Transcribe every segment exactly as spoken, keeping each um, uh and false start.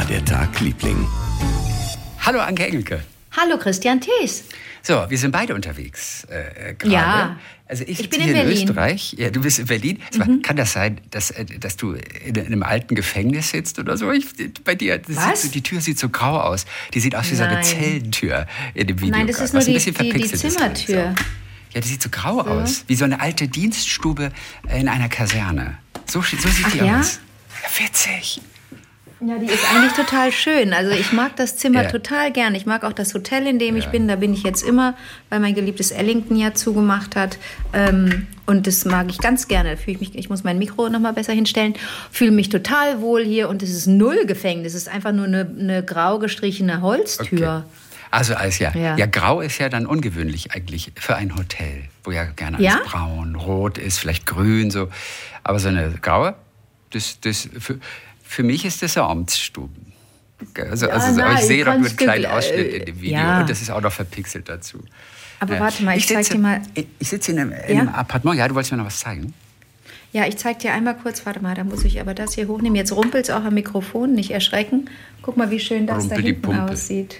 der Tag, Liebling? Hallo Anke Engelke. Hallo Christian Thees. So, wir sind beide unterwegs äh, gerade. Ja. Also ich, Ich bin hier in in Berlin. Österreich. Ja, du bist in Berlin. Mhm. Kann das sein, dass, dass du in einem alten Gefängnis sitzt oder so? Ich, bei dir, das Was? sieht so, die Tür sieht so grau aus. Die sieht aus wie so eine Nein. Zellentür in dem Video. Nein, das ist was nur ein die, bisschen die, die verpixelt ist. Zimmertür. Ja, die sieht so grau so. aus. Wie so eine alte Dienststube in einer Kaserne. So, so sieht Ach, die ja? aus. Ja, witzig. Ja, die ist eigentlich total schön. Also ich mag das Zimmer Ja. total gern. Ich mag auch das Hotel, in dem Ja. ich bin. Da bin ich jetzt immer, weil mein geliebtes Ellington ja zugemacht hat. Ähm, und das mag ich ganz gerne. Da fühle ich mich, ich muss mein Mikro noch mal besser hinstellen. Fühle mich total wohl hier. Und es ist null Gefängnis. Es ist einfach nur eine, eine grau gestrichene Holztür. Okay. Also alles ja. Ja. ja, grau ist ja dann ungewöhnlich eigentlich für ein Hotel, wo ja gerne alles Ja? braun, rot ist, vielleicht grün so. Aber so eine graue, das, das für, für mich ist das eine Amtsstube. Also, Ja, also nein, ich sehe doch nur einen kannst du- kleinen Ausschnitt in dem Video ja. und das ist auch noch verpixelt dazu. Aber Ja. warte mal, ich, zeig sitze- dir mal. Ich, ich sitze in einem, in einem Ja? Appartement. Ja, du wolltest mir noch was zeigen. Ja, ich zeig dir einmal kurz, warte mal, da muss ich aber das hier hochnehmen. Jetzt rumpelt es auch am Mikrofon, nicht erschrecken. Guck mal, wie schön das da Rumpel die hinten Pumpe. aussieht.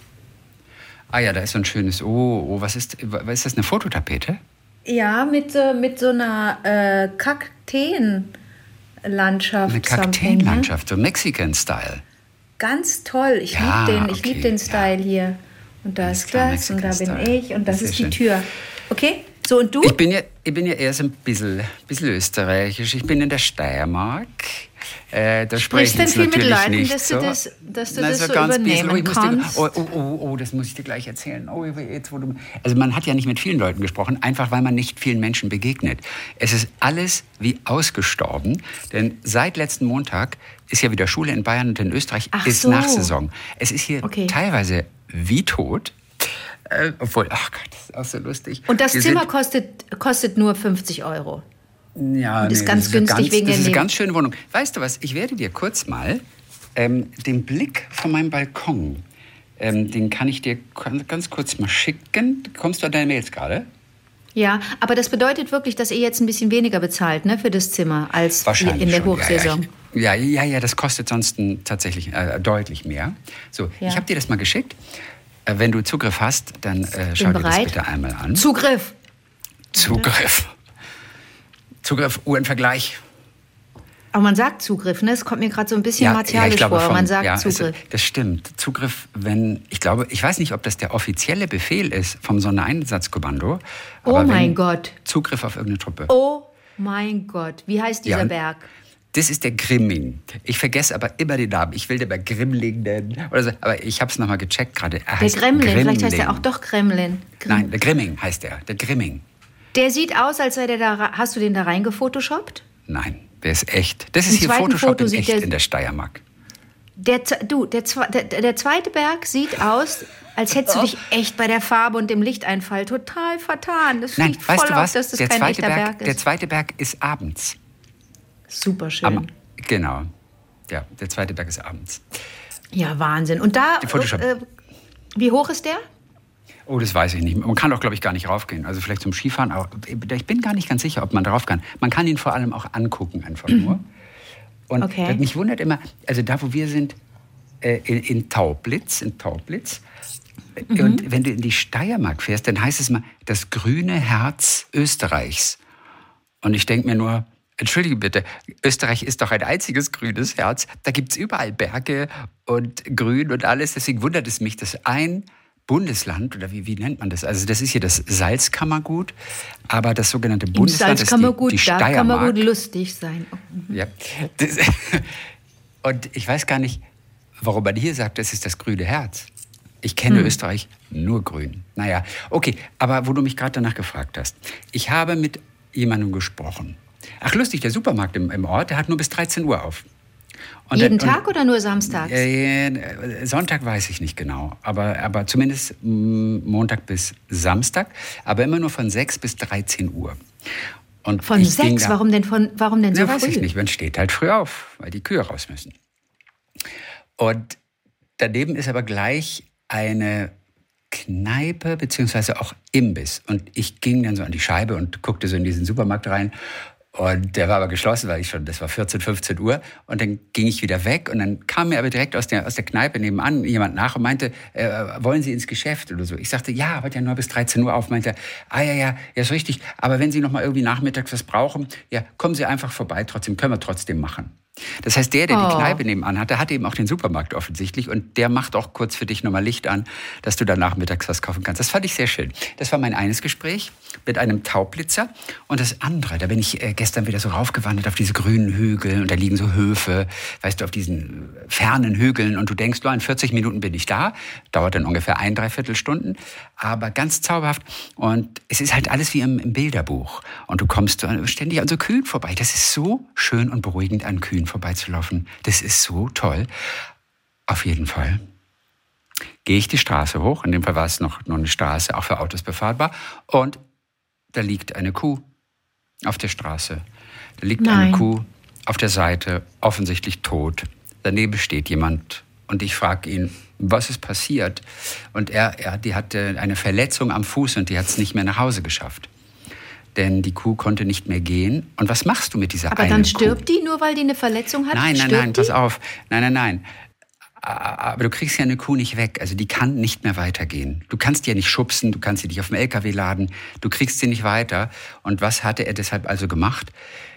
Ah ja, da ist so ein schönes, oh, oh was ist, was ist das, eine Fototapete? Ja, mit, so- mit so einer äh, Kakteenlandschaft. Eine Kakteenlandschaft, so Mexican-Style. Ganz toll. Ich Ja, liebe den, ich okay, lieb den ja. Style hier. Und da Alles ist klar, das und da bin Mexican-Style. ich und das Sehr ist die schön. Tür. Okay? So, und du? Ich bin ja, ich bin ja erst ein bisschen, bisschen österreichisch. Ich bin in der Steiermark. Äh, da Sprichst sprechen denn sie viel mit natürlich Leuten, nicht dass du so. das- dass du Na, das so ganz bisschen. übernehmen Oh, ich muss dir, kannst? oh, oh, oh, oh, das muss ich dir gleich erzählen. Oh, jetzt, wo du, also man hat ja nicht mit vielen Leuten gesprochen, einfach weil man nicht vielen Menschen begegnet. Es ist alles wie ausgestorben, denn seit letzten Montag ist ja wieder Schule in Bayern und in Österreich Ach ist so. Nachsaison. Es ist hier Okay. teilweise wie tot. Äh, obwohl, ach Gott, das ist auch so lustig. Und das Wir Zimmer sind- kostet, kostet nur fünfzig Euro. Ja, Und ist ganz das eine günstig ganz, wegen Das der ist eine Neben- ganz schöne Wohnung. Weißt du was, ich werde dir kurz mal ähm, den Blick von meinem Balkon, ähm, den kann ich dir ganz, ganz kurz mal schicken. Kommst du an deine Mails gerade? Ja, aber das bedeutet wirklich, dass ihr jetzt ein bisschen weniger bezahlt, ne, für das Zimmer als Wahrscheinlich in der schon. Hochsaison. Ja, ja, ja, ja, das kostet sonst ein- tatsächlich äh, deutlich mehr. So, Ja. ich habe dir das mal geschickt. Äh, wenn du Zugriff hast, dann äh, schau dir das bereit. bitte einmal an. Zugriff. Zugriff. Zugriff, Uhrenvergleich. Aber man sagt Zugriff, ne? Es kommt mir gerade so ein bisschen ich martialisch glaube vor, aber schon. man sagt Ja, es- Zugriff. Das stimmt. Zugriff, wenn, ich glaube, ich weiß nicht, ob das der offizielle Befehl ist vom Sondereinsatzkommando. Oh aber mein wenn Gott. Zugriff auf irgendeine Truppe. Oh mein Gott, wie heißt dieser Ja. Berg? Das ist der Grimming. Ich vergesse aber immer den Namen. Ich will den mal Grimling nennen. Oder so. Aber ich habe es nochmal gecheckt gerade. Er Der heißt Gremlin, vielleicht heißt Grimling. er auch doch Gremlin. Grim- Nein, der Grimming heißt er. Der Grimming. Der sieht aus, als sei der da. ra- Hast du den da reingefotoshoppt? Nein, der ist echt. Das ist Im hier zweiten Photoshop Foto in sieht echt der- in der Steiermark. Der, z- du, der, zwe- der, der zweite Berg sieht aus, als hättest du dich echt bei der Farbe und dem Lichteinfall total vertan. Das Nein, fliegt voll weißt du auf, was? dass das Der kein zweite, echter Berg, Berg ist. der zweite Berg ist abends. Super schön. Am, genau. Ja, der zweite Berg ist abends. Ja, Wahnsinn. Und da, Die Photoshop. äh, wie hoch ist der? Oh, das weiß ich nicht. Man kann doch, glaube ich, gar nicht raufgehen. Also vielleicht zum Skifahren. Aber ich bin gar nicht ganz sicher, ob man drauf kann. Man kann ihn vor allem auch angucken, einfach nur. Und Okay. mich wundert immer, also da, wo wir sind, äh, in, in Taublitz, in Taublitz, Mhm. und wenn du in die Steiermark fährst, dann heißt es mal, das grüne Herz Österreichs. Und ich denke mir nur, entschuldige bitte, Österreich ist doch ein einziges grünes Herz. Da gibt es überall Berge und Grün und alles. Deswegen wundert es mich, dass ein Bundesland, oder wie, wie nennt man das? Also das ist hier das Salzkammergut, aber das sogenannte Im Bundesland ist die, Salzkammergut, die da kann man Steiermark. gut lustig sein. Ja. Das, und ich weiß gar nicht, warum man hier sagt, das ist das grüne Herz. Ich kenne Hm. Österreich nur grün. Naja, okay, aber wo du mich gerade danach gefragt hast. Ich habe mit jemandem gesprochen. Ach lustig, der Supermarkt im, im Ort, der hat nur bis dreizehn Uhr auf. Und Jeden dann- Tag oder nur samstags? Äh, Sonntag weiß ich nicht genau, aber, aber zumindest mm, Montag bis Samstag, aber immer nur von sechs bis dreizehn Uhr. Und Von ich ging sechs? da- Warum denn, von, warum denn so Na, weiß früh? ich nicht, man steht halt früh auf, weil die Kühe raus müssen. Und daneben ist aber gleich eine Kneipe beziehungsweise auch Imbiss. Und ich ging dann so an die Scheibe und guckte so in diesen Supermarkt rein. Und der war aber geschlossen, weil ich schon, das war vierzehn, fünfzehn Uhr. Und dann ging ich wieder weg. Und dann kam mir aber direkt aus der, aus der Kneipe nebenan jemand nach und meinte, äh, wollen Sie ins Geschäft oder so? Ich sagte, ja, aber hat ja nur bis dreizehn Uhr auf. Meinte, ah ja, ja, ja, ist richtig. Aber wenn Sie noch mal irgendwie nachmittags was brauchen, ja, kommen Sie einfach vorbei. Trotzdem können wir trotzdem machen. Das heißt, der, der die Oh. Kneipe nebenan hatte, hat eben auch den Supermarkt offensichtlich. Und der macht auch kurz für dich nochmal Licht an, dass du dann nachmittags was kaufen kannst. Das fand ich sehr schön. Das war mein eines Gespräch mit einem Taublitzer. Und das andere, da bin ich äh, gestern wieder so raufgewandert auf diese grünen Hügel. Und da liegen so Höfe, weißt du, auf diesen fernen Hügeln. Und du denkst, oh, in vierzig Minuten bin ich da. Dauert dann ungefähr ein, dreiviertel Stunden. Aber ganz zauberhaft. Und es ist halt alles wie im, im Bilderbuch. Und du kommst ständig an so Kühen vorbei. Das ist so schön und beruhigend, an Kühen vorbeizulaufen. Das ist so toll. Auf jeden Fall gehe ich die Straße hoch. In dem Fall war es noch, noch eine Straße, auch für Autos befahrbar. Und da liegt eine Kuh auf der Straße. Da liegt Nein. eine Kuh auf der Seite, offensichtlich tot. Daneben steht jemand und ich frage ihn, was ist passiert? Und er, er, die hatte eine Verletzung am Fuß und die hat es nicht mehr nach Hause geschafft. Denn die Kuh konnte nicht mehr gehen. Und was machst du mit dieser Aber einen dann stirbt Kuh? die, nur weil die eine Verletzung hat? Nein, nein, stirbt nein, die? pass auf. Nein, nein, nein. Aber du kriegst ja eine Kuh nicht weg. Also die kann nicht mehr weitergehen. Du kannst die ja nicht schubsen, du kannst sie nicht auf dem L K W laden. Du kriegst sie nicht weiter. Und was hatte er deshalb also gemacht?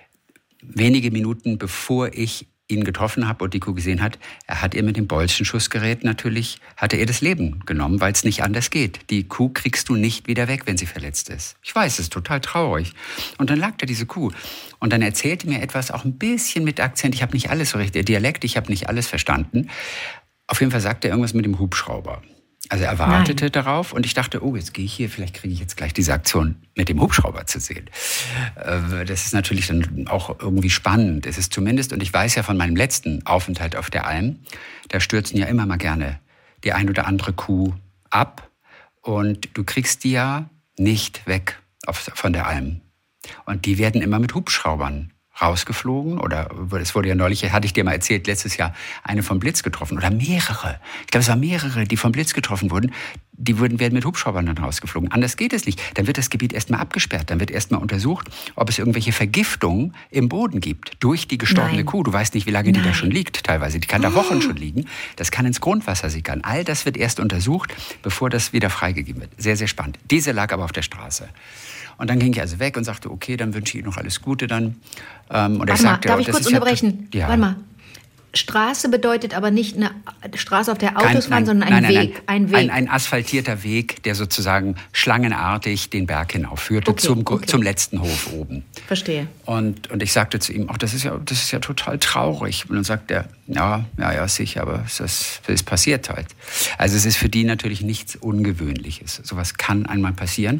Wenige Minuten bevor ich ihn getroffen habe und die Kuh gesehen hat, er hat ihr mit dem Bolzenschussgerät natürlich, hat er ihr das Leben genommen, weil es nicht anders geht. Die Kuh kriegst du nicht wieder weg, wenn sie verletzt ist. Ich weiß, es ist total traurig. Und dann lag da diese Kuh. Und dann erzählte mir etwas, auch ein bisschen mit Akzent. Ich habe nicht alles so richtig, Dialekt, ich habe nicht alles verstanden. Auf jeden Fall sagte er irgendwas mit dem Hubschrauber. Also er wartete Nein. darauf und ich dachte, oh, jetzt gehe ich hier, vielleicht kriege ich jetzt gleich diese Aktion mit dem Hubschrauber zu sehen. Das ist natürlich dann auch irgendwie spannend. Es ist zumindest, und ich weiß ja von meinem letzten Aufenthalt auf der Alm, da stürzen ja immer mal gerne die ein oder andere Kuh ab und du kriegst die ja nicht weg auf, von der Alm. Und die werden immer mit Hubschraubern rausgeflogen oder es wurde ja neulich, hatte ich dir mal erzählt, letztes Jahr eine vom Blitz getroffen oder mehrere. Ich glaube, es waren mehrere, die vom Blitz getroffen wurden. Die wurden, werden mit Hubschraubern dann rausgeflogen. Anders geht es nicht. Dann wird das Gebiet erstmal abgesperrt. Dann wird erstmal untersucht, ob es irgendwelche Vergiftungen im Boden gibt durch die gestorbene Nein. Kuh. Du weißt nicht, wie lange Nein. die da schon liegt teilweise. Die kann da Wochen oh. schon liegen. Das kann ins Grundwasser sickern. All das wird erst untersucht, bevor das wieder freigegeben wird. Sehr, sehr spannend. Diese lag aber auf der Straße. Und dann ging ich also weg und sagte, okay, dann wünsche ich Ihnen noch alles Gute dann. Ähm, und Warte ich sagte, mal, darf oh, ich das kurz ist ja unterbrechen? Ja. Warte mal. Straße bedeutet aber nicht eine Straße, auf der Autos Kein, fahren, nein, sondern ein nein, nein, Weg. Nein. Ein Weg. Ein, ein asphaltierter Weg, der sozusagen schlangenartig den Berg hinaufführte Okay, zum, okay. zum letzten Hof oben. Verstehe. Und, und ich sagte zu ihm, ach, das ist ja, das ist ja total traurig. Und dann sagt er, ja, ja, ja, sicher, aber es ist, es passiert halt. Also es ist für die natürlich nichts Ungewöhnliches. Sowas kann einmal passieren.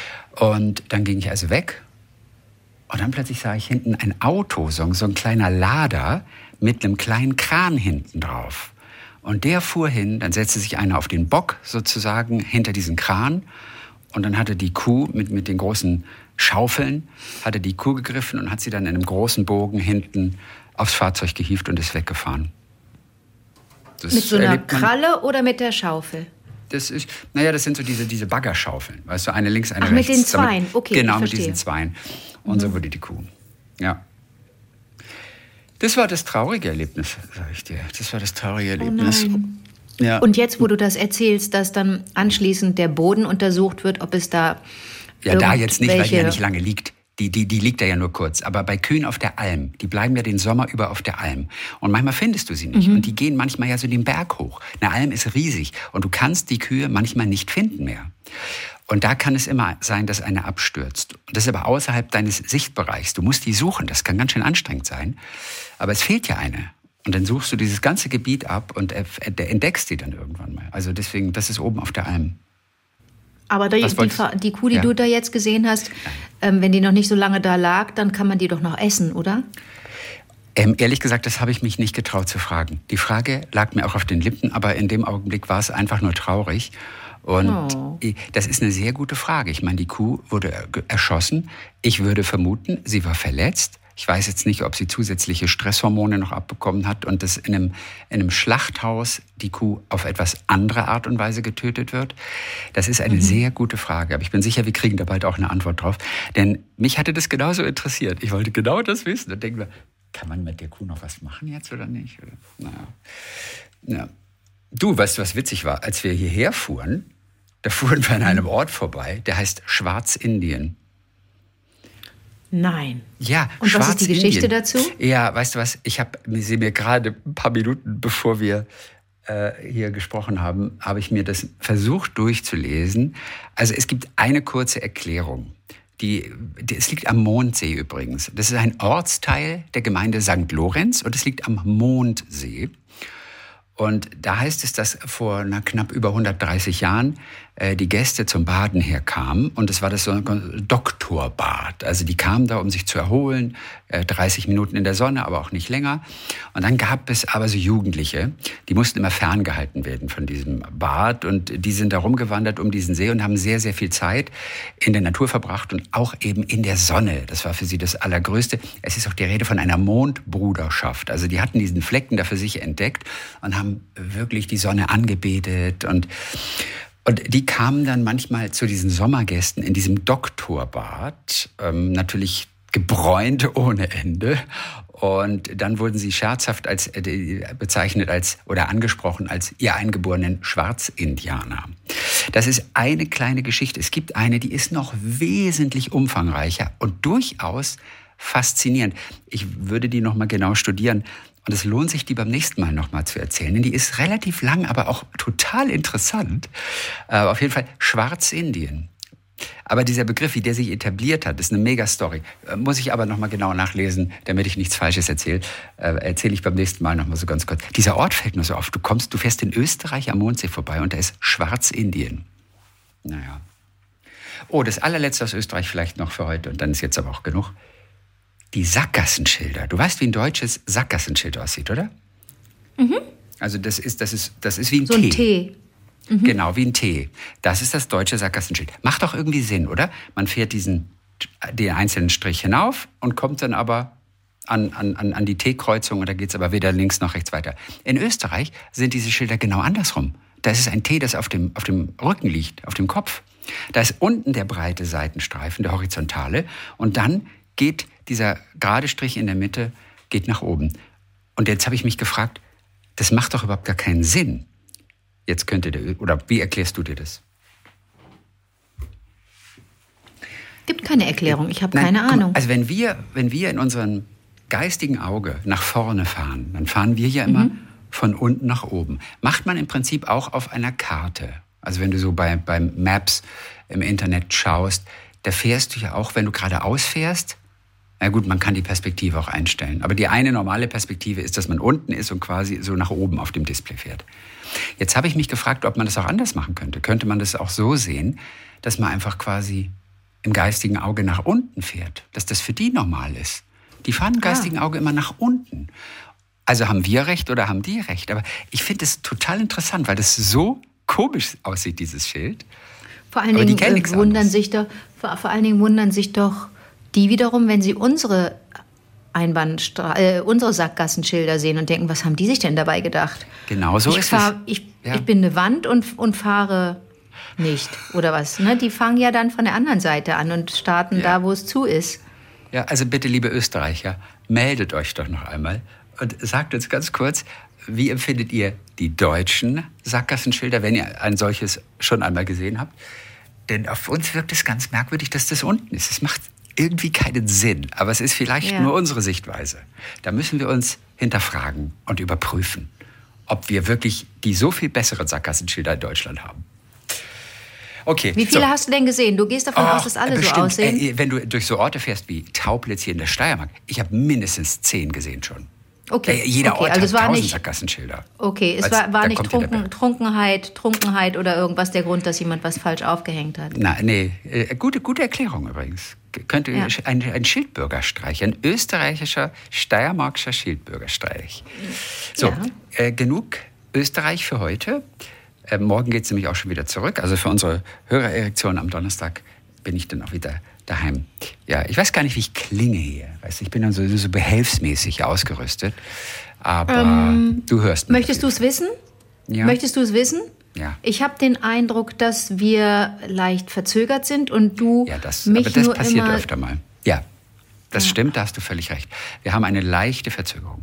Und dann ging ich also weg. Und dann plötzlich sah ich hinten ein Auto, so, so ein kleiner Lader mit einem kleinen Kran hinten drauf. Und der fuhr hin, dann setzte sich einer auf den Bock sozusagen hinter diesen Kran. Und dann hatte die Kuh mit, mit den großen Schaufeln, hatte die Kuh gegriffen und hat sie dann in einem großen Bogen hinten aufs Fahrzeug gehievt und ist weggefahren. Das mit so einer erlebt man- Kralle oder mit der Schaufel? Das ist, naja, das sind so diese, diese Baggerschaufeln. Weißt du, eine links, eine Ach, mit rechts. den Zweien. Damit, Okay, Genau, ich mit verstehe. diesen Zweien. Und so wurde die Kuh. Ja. Das war das traurige Erlebnis, sag ich dir. Das war das traurige Erlebnis. Oh nein. Ja. Und jetzt, wo du das erzählst, dass dann anschließend der Boden untersucht wird, ob es da Ja, da jetzt nicht, weil die ja irgendwelche- nicht lange liegt. Die, die, die liegt da ja nur kurz. Aber bei Kühen auf der Alm, die bleiben ja den Sommer über auf der Alm. Und manchmal findest du sie nicht. Mhm. Und die gehen manchmal ja so den Berg hoch. Eine Alm ist riesig. Und du kannst die Kühe manchmal nicht finden mehr. Und da kann es immer sein, dass eine abstürzt. Und das ist aber außerhalb deines Sichtbereichs. Du musst die suchen. Das kann ganz schön anstrengend sein. Aber es fehlt ja eine. Und dann suchst du dieses ganze Gebiet ab und entdeckst die dann irgendwann mal. Also deswegen, das ist oben auf der Alm. Aber die, Was die, wolltest Fa- du? die Kuh, die Ja. du da jetzt gesehen hast, ähm, wenn die noch nicht so lange da lag, dann kann man die doch noch essen, oder? Ähm, ehrlich gesagt, das habe ich mich nicht getraut zu fragen. Die Frage lag mir auch auf den Lippen, aber in dem Augenblick war es einfach nur traurig. Und Oh. das ist eine sehr gute Frage. Ich meine, die Kuh wurde erschossen. Ich würde vermuten, sie war verletzt. Ich weiß jetzt nicht, ob sie zusätzliche Stresshormone noch abbekommen hat und dass in einem, in einem Schlachthaus die Kuh auf etwas andere Art und Weise getötet wird. Das ist eine mhm. sehr gute Frage. Aber ich bin sicher, wir kriegen da bald auch eine Antwort drauf. Denn mich hatte das genauso interessiert. Ich wollte genau das wissen. Und denken wir, kann man mit der Kuh noch was machen jetzt oder nicht? Naja. Ja. Du, weißt du, was witzig war? Als wir hierher fuhren, da fuhren wir an einem Ort vorbei, der heißt Schwarzindien. Nein. Ja, und was ist die Geschichte dazu? Ja, weißt du was, ich habe sie mir gerade ein paar Minuten, bevor wir äh, hier gesprochen haben, habe ich mir das versucht durchzulesen. Also es gibt eine kurze Erklärung. Die, die, es liegt am Mondsee übrigens. Das ist ein Ortsteil der Gemeinde Sankt Lorenz und es liegt am Mondsee. Und da heißt es, dass vor na, knapp über hundertdreißig Jahren äh, die Gäste zum Baden herkamen. Und es war das so ein Doktorbad. Also die kamen da, um sich zu erholen, äh, dreißig Minuten in der Sonne, aber auch nicht länger. Und dann gab es aber so Jugendliche, die mussten immer ferngehalten werden von diesem Bad. Und die sind da rumgewandert um diesen See und haben sehr, sehr viel Zeit in der Natur verbracht und auch eben in der Sonne. Das war für sie das Allergrößte. Es ist auch die Rede von einer Mondbruderschaft. Also die hatten diesen Flecken da für sich entdeckt und haben wirklich die Sonne angebetet und, und die kamen dann manchmal zu diesen Sommergästen in diesem Doktorbad, ähm, natürlich gebräunt ohne Ende. Und dann wurden sie scherzhaft als, äh, bezeichnet als oder angesprochen als ihr eingeborenen Schwarzindianer. Das ist eine kleine Geschichte. Es gibt eine, die ist noch wesentlich umfangreicher und durchaus faszinierend. Ich würde die noch mal genau studieren. Und es lohnt sich, die beim nächsten Mal noch mal zu erzählen. Denn die ist relativ lang, aber auch total interessant. Äh, auf jeden Fall Schwarzindien. Aber dieser Begriff, wie der sich etabliert hat, ist eine Mega-Story. Äh, muss ich aber noch mal genau nachlesen, damit ich nichts Falsches erzähle. Äh, erzähle ich beim nächsten Mal noch mal so ganz kurz. Dieser Ort fällt nur so auf. Du kommst, du fährst in Österreich am Mondsee vorbei und da ist Schwarzindien. Naja. Oh, das allerletzte aus Österreich vielleicht noch für heute. Und dann ist jetzt aber auch genug. Die Sackgassenschilder. Du weißt, wie ein deutsches Sackgassenschild aussieht, oder? Mhm. Also das ist, das ist, das ist wie ein so T. ein T. Mhm. Genau, wie ein T. Das ist das deutsche Sackgassenschild. Macht doch irgendwie Sinn, oder? Man fährt diesen, den einzelnen Strich hinauf und kommt dann aber an, an, an die T-Kreuzung und da geht es aber weder links noch rechts weiter. In Österreich sind diese Schilder genau andersrum. Da ist es ein T, das auf dem, auf dem Rücken liegt, auf dem Kopf. Da ist unten der breite Seitenstreifen, der horizontale, und dann geht dieser gerade Strich in der Mitte geht nach oben. Und jetzt habe ich mich gefragt, das macht doch überhaupt gar keinen Sinn. Jetzt könnte der, oder wie erklärst du dir das? Gibt keine Erklärung, ich habe keine Ahnung. Also wenn wir, wenn wir in unserem geistigen Auge nach vorne fahren, dann fahren wir ja immer mhm. von unten nach oben. Macht man im Prinzip auch auf einer Karte. Also wenn du so bei, beim Maps im Internet schaust, da fährst du ja auch, wenn du geradeaus fährst. Na gut, man kann die Perspektive auch einstellen. Aber die eine normale Perspektive ist, dass man unten ist und quasi so nach oben auf dem Display fährt. Jetzt habe ich mich gefragt, ob man das auch anders machen könnte. Könnte man das auch so sehen, dass man einfach quasi im geistigen Auge nach unten fährt? Dass das für die normal ist. Die fahren im geistigen ah. Auge immer nach unten. Also haben wir recht oder haben die recht? Aber ich finde es total interessant, weil das so komisch aussieht, dieses Schild. Vor allen Dingen äh, wundern sich doch, vor, vor allen Dingen wundern sich doch die wiederum, wenn sie unsere Einbahnstra- äh, unsere Sackgassenschilder sehen und denken, was haben die sich denn dabei gedacht? Genau so ich ist fahr, es. Ich, ja. ich bin eine Wand und, und fahre nicht, oder was? Ne? Die fangen ja dann von der anderen Seite an und starten ja. da, wo es zu ist. Ja, also bitte, liebe Österreicher, meldet euch doch noch einmal und sagt uns ganz kurz, wie empfindet ihr die deutschen Sackgassenschilder, wenn ihr ein solches schon einmal gesehen habt? Denn auf uns wirkt es ganz merkwürdig, dass das unten ist. Es macht irgendwie keinen Sinn, aber es ist vielleicht ja. nur unsere Sichtweise. Da müssen wir uns hinterfragen und überprüfen, ob wir wirklich die so viel besseren Sackgassenschilder in Deutschland haben. Okay, wie viele so. hast du denn gesehen? Du gehst davon oh, aus, dass alle bestimmt. so aussehen? Äh, wenn du durch so Orte fährst wie Tauplitz hier in der Steiermark, ich habe mindestens zehn gesehen schon. Okay. Äh, jeder okay. Ort also hat es war tausend nicht, Sackgassenschilder. Okay, es Als, war, war nicht Trunken, Trunkenheit, Trunkenheit, Trunkenheit oder irgendwas der Grund, dass jemand was falsch aufgehängt hat. Na, nee, äh, gute, gute Erklärung übrigens. Könnte ja. ein, ein Schildbürgerstreich, ein österreichischer, steiermarkischer Schildbürgerstreich. So, ja. äh, genug Österreich für heute. Äh, morgen geht es nämlich auch schon wieder zurück. Also für unsere Hörererektion am Donnerstag bin ich dann auch wieder daheim. Ja, ich weiß gar nicht, wie ich klinge hier. Weißt du, ich bin dann so, so behelfsmäßig ausgerüstet. Aber ähm, du hörst mich. Möchtest du es wissen? Ja. Möchtest du es wissen? Ja. Ich habe den Eindruck, dass wir leicht verzögert sind und du ja, das, mich aber das nur passiert immer öfter mal. Ja, das ja. stimmt, da hast du völlig recht. Wir haben eine leichte Verzögerung.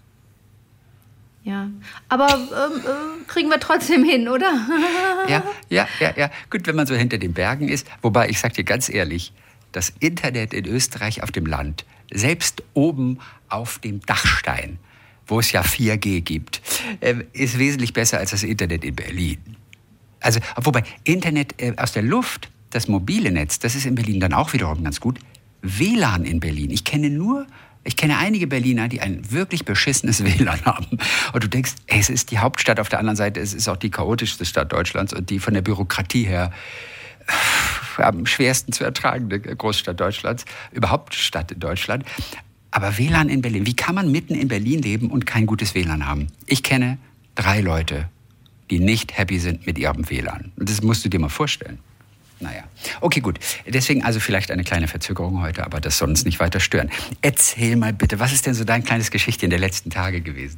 Ja, aber ähm, äh, kriegen wir trotzdem hin, oder? ja, ja, ja, ja. Gut, wenn man so hinter den Bergen ist. Wobei, ich sag dir ganz ehrlich, das Internet in Österreich auf dem Land, selbst oben auf dem Dachstein, wo es ja vier G gibt, äh, ist wesentlich besser als das Internet in Berlin. Also, wobei, Internet äh, aus der Luft, das mobile Netz, das ist in Berlin dann auch wiederum ganz gut. W L A N in Berlin. Ich kenne nur, ich kenne einige Berliner, die ein wirklich beschissenes W L A N haben. Und du denkst, ey, es ist die Hauptstadt, auf der anderen Seite, es ist auch die chaotischste Stadt Deutschlands und die von der Bürokratie her am schwersten zu ertragende Großstadt Deutschlands, überhaupt Stadt in Deutschland. Aber W L A N in Berlin, wie kann man mitten in Berlin leben und kein gutes W L A N haben? Ich kenne drei Leute, die nicht happy sind mit ihrem W L A N. Und das musst du dir mal vorstellen. Naja, okay, gut. Deswegen also vielleicht eine kleine Verzögerung heute, aber das soll uns nicht weiter stören. Erzähl mal bitte, was ist denn so dein kleines Geschichtchen der letzten Tage gewesen?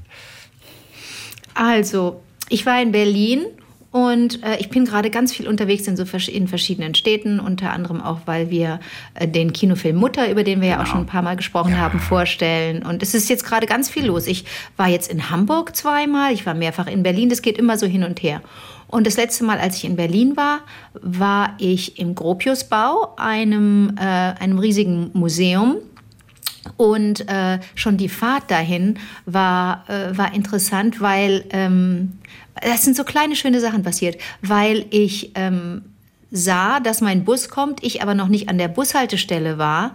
Also, ich war in Berlin und äh, ich bin gerade ganz viel unterwegs in, so vers- in verschiedenen Städten, unter anderem auch, weil wir äh, den Kinofilm Mutter, über den wir genau. ja auch schon ein paar Mal gesprochen ja. haben, vorstellen. Und es ist jetzt gerade ganz viel los. Ich war jetzt in Hamburg zweimal, ich war mehrfach in Berlin, das geht immer so hin und her. Und das letzte Mal, als ich in Berlin war, war ich im Gropiusbau, einem, äh, einem riesigen Museum. Und äh, schon die Fahrt dahin war, äh, war interessant, weil ähm, es sind so kleine, schöne Sachen passiert. Weil ich ähm, sah, dass mein Bus kommt, ich aber noch nicht an der Bushaltestelle war.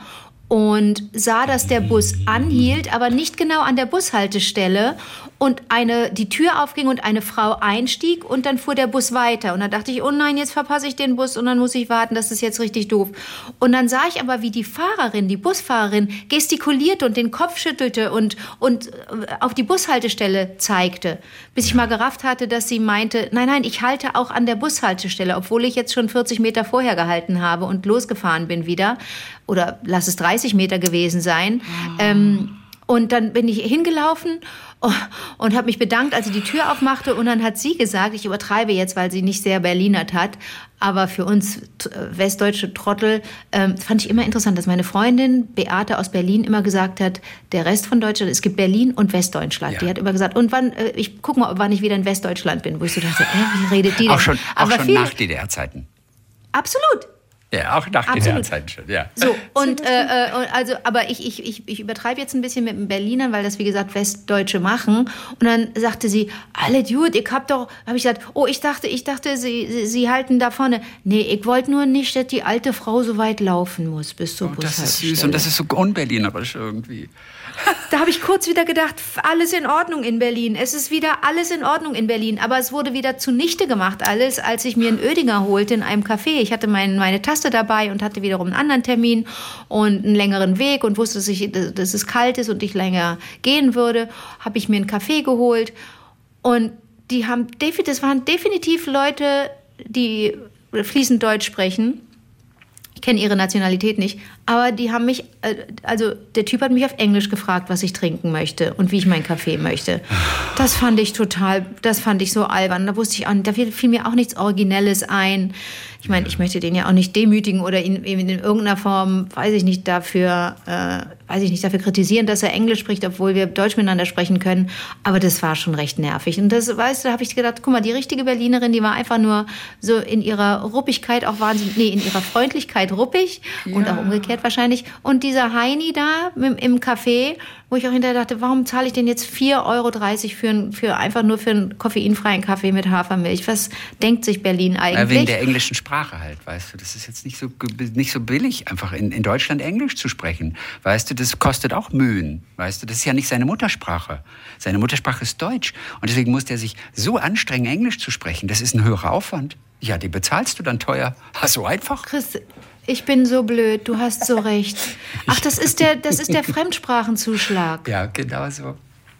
Und sah, dass der Bus anhielt, aber nicht genau an der Bushaltestelle. Und eine, die Tür aufging und eine Frau einstieg und dann fuhr der Bus weiter. Und dann dachte ich, oh nein, jetzt verpasse ich den Bus und dann muss ich warten, das ist jetzt richtig doof. Und dann sah ich aber, wie die Fahrerin, die Busfahrerin gestikulierte und den Kopf schüttelte und, und auf die Bushaltestelle zeigte. Bis ich mal gerafft hatte, dass sie meinte, nein, nein, ich halte auch an der Bushaltestelle, obwohl ich jetzt schon vierzig Meter vorher gehalten habe und losgefahren bin wieder. Oder lass es dreißig Meter gewesen sein. Oh. Ähm, und dann bin ich hingelaufen und habe mich bedankt, als sie die Tür aufmachte. Und dann hat sie gesagt, ich übertreibe jetzt, weil sie nicht sehr Berlinert hat, aber für uns westdeutsche Trottel ähm, fand ich immer interessant, dass meine Freundin Beate aus Berlin immer gesagt hat, der Rest von Deutschland, es gibt Berlin und Westdeutschland. Ja. Die hat immer gesagt, und wann, äh, ich guck mal, wann ich wieder in Westdeutschland bin. Wo ich so dachte, äh, wie redet die denn? Auch schon, aber auch schon viele, nach D D R-Zeiten. Absolut. Ja, auch nach D D R-Zeiten schon, ja. So, und, äh, also, aber ich, ich, ich, ich übertreibe jetzt ein bisschen mit den Berlinern, weil das, wie gesagt, Westdeutsche machen. Und dann sagte sie, alle gut, ich hab doch, habe ich gesagt, oh, ich dachte, ich dachte, sie, sie, sie halten da vorne. Nee, ich wollte nur nicht, dass die alte Frau so weit laufen muss bis zur oh, Bushaltestelle. Das ist süß und das ist so unberlinerisch irgendwie. Da habe ich kurz wieder gedacht, alles in Ordnung in Berlin. Es ist wieder alles in Ordnung in Berlin. Aber es wurde wieder zunichte gemacht alles, als ich mir einen Oedinger holte in einem Café. Ich hatte mein, meine Taste dabei und hatte wiederum einen anderen Termin und einen längeren Weg und wusste, dass, ich, dass es kalt ist und ich länger gehen würde. Habe ich mir einen Kaffee geholt. Und die haben, das waren definitiv Leute, die fließend Deutsch sprechen. Ich kenne ihre Nationalität nicht, aber die haben mich, also der Typ hat mich auf Englisch gefragt, was ich trinken möchte und wie ich meinen Kaffee möchte. Das fand ich total, das fand ich so albern. Da wusste ich auch, da fiel mir auch nichts Originelles ein. Ich meine, ich möchte den ja auch nicht demütigen oder ihn in irgendeiner Form, weiß ich nicht, dafür, äh, weiß ich nicht, dafür kritisieren, dass er Englisch spricht, obwohl wir Deutsch miteinander sprechen können. Aber das war schon recht nervig. Und das, weißt du, da habe ich gedacht, guck mal, die richtige Berlinerin, die war einfach nur so in ihrer Ruppigkeit auch wahnsinnig, nee, in ihrer Freundlichkeit ruppig ja. Und auch umgekehrt wahrscheinlich. Und dieser Heini da im, im Café, wo ich auch hinterher dachte, warum zahle ich denn jetzt vier Euro dreißig für, ein, für einfach nur für einen koffeinfreien Kaffee mit Hafermilch? Was denkt sich Berlin eigentlich? Ja, wegen der englischen Sprache halt, weißt du. Das ist jetzt nicht so, nicht so billig, einfach in, in Deutschland Englisch zu sprechen. Weißt du, das kostet auch Mühen. Weißt du, das ist ja nicht seine Muttersprache. Seine Muttersprache ist Deutsch. Und deswegen muss der sich so anstrengen, Englisch zu sprechen. Das ist ein höherer Aufwand. Ja, den bezahlst du dann teuer. Hast du einfach. Chris, ich bin so blöd, du hast so recht. Ach, das ist der, das ist der Fremdsprachenzuschlag. Ja, genau so.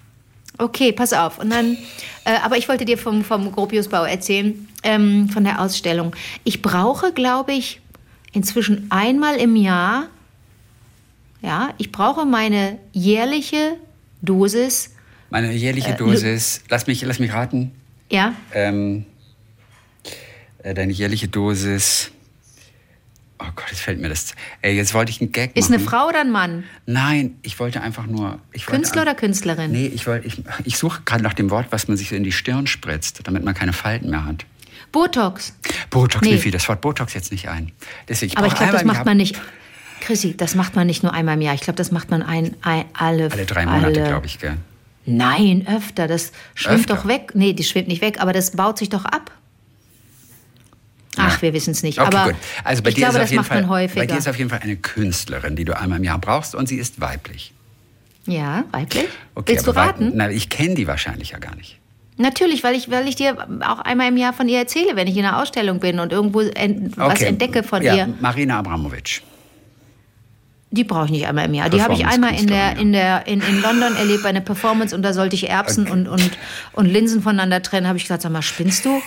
Okay, pass auf. Und dann, äh, aber ich wollte dir vom, vom Gropiusbau erzählen, ähm, von der Ausstellung. Ich brauche, glaube ich, inzwischen einmal im Jahr, ja, ich brauche meine jährliche Dosis. Meine jährliche Dosis, äh, lass mich, lass mich raten. Ja. Ähm, äh, deine jährliche Dosis. Oh Gott, jetzt fällt mir das. Ey, jetzt wollte ich einen Gag machen. Ist eine Frau oder ein Mann? Nein, ich wollte einfach nur. Ich Künstler wollte, oder Künstlerin? Nee, ich, wollte, ich, ich suche gerade nach dem Wort, was man sich so in die Stirn spritzt, damit man keine Falten mehr hat. Botox. Botox, nee. mir fiel das Wort Botox jetzt nicht ein. Deswegen, ich Aber ich glaube, das macht man nicht. Jahr. Chrissy, das macht man nicht nur einmal im Jahr. Ich glaube, das macht man ein, ein, alle Alle drei Monate, glaube ich, gell? Nein, öfter. Das schwimmt öfter. doch weg. Nee, die schwimmt nicht weg, aber das baut sich doch ab. Ach, ja. Wir wissen es nicht. Okay, aber gut. Also bei ich dir glaube, ist auf das jeden macht Fall, man häufiger. Bei dir ist auf jeden Fall eine Künstlerin, die du einmal im Jahr brauchst, und sie ist weiblich. Ja, weiblich. Okay, Willst du raten? Na, ich kenne die wahrscheinlich ja gar nicht. Natürlich, weil ich, weil ich dir auch einmal im Jahr von ihr erzähle, wenn ich in einer Ausstellung bin und irgendwo ent, okay. was entdecke von ja, ihr. Marina Abramovic. Die brauche ich nicht einmal im Jahr. Die habe ich einmal in, der, in, der, in, in London erlebt bei einer Performance und da sollte ich Erbsen okay. und, und, und Linsen voneinander trennen. Habe ich gesagt, sag mal, spinnst du?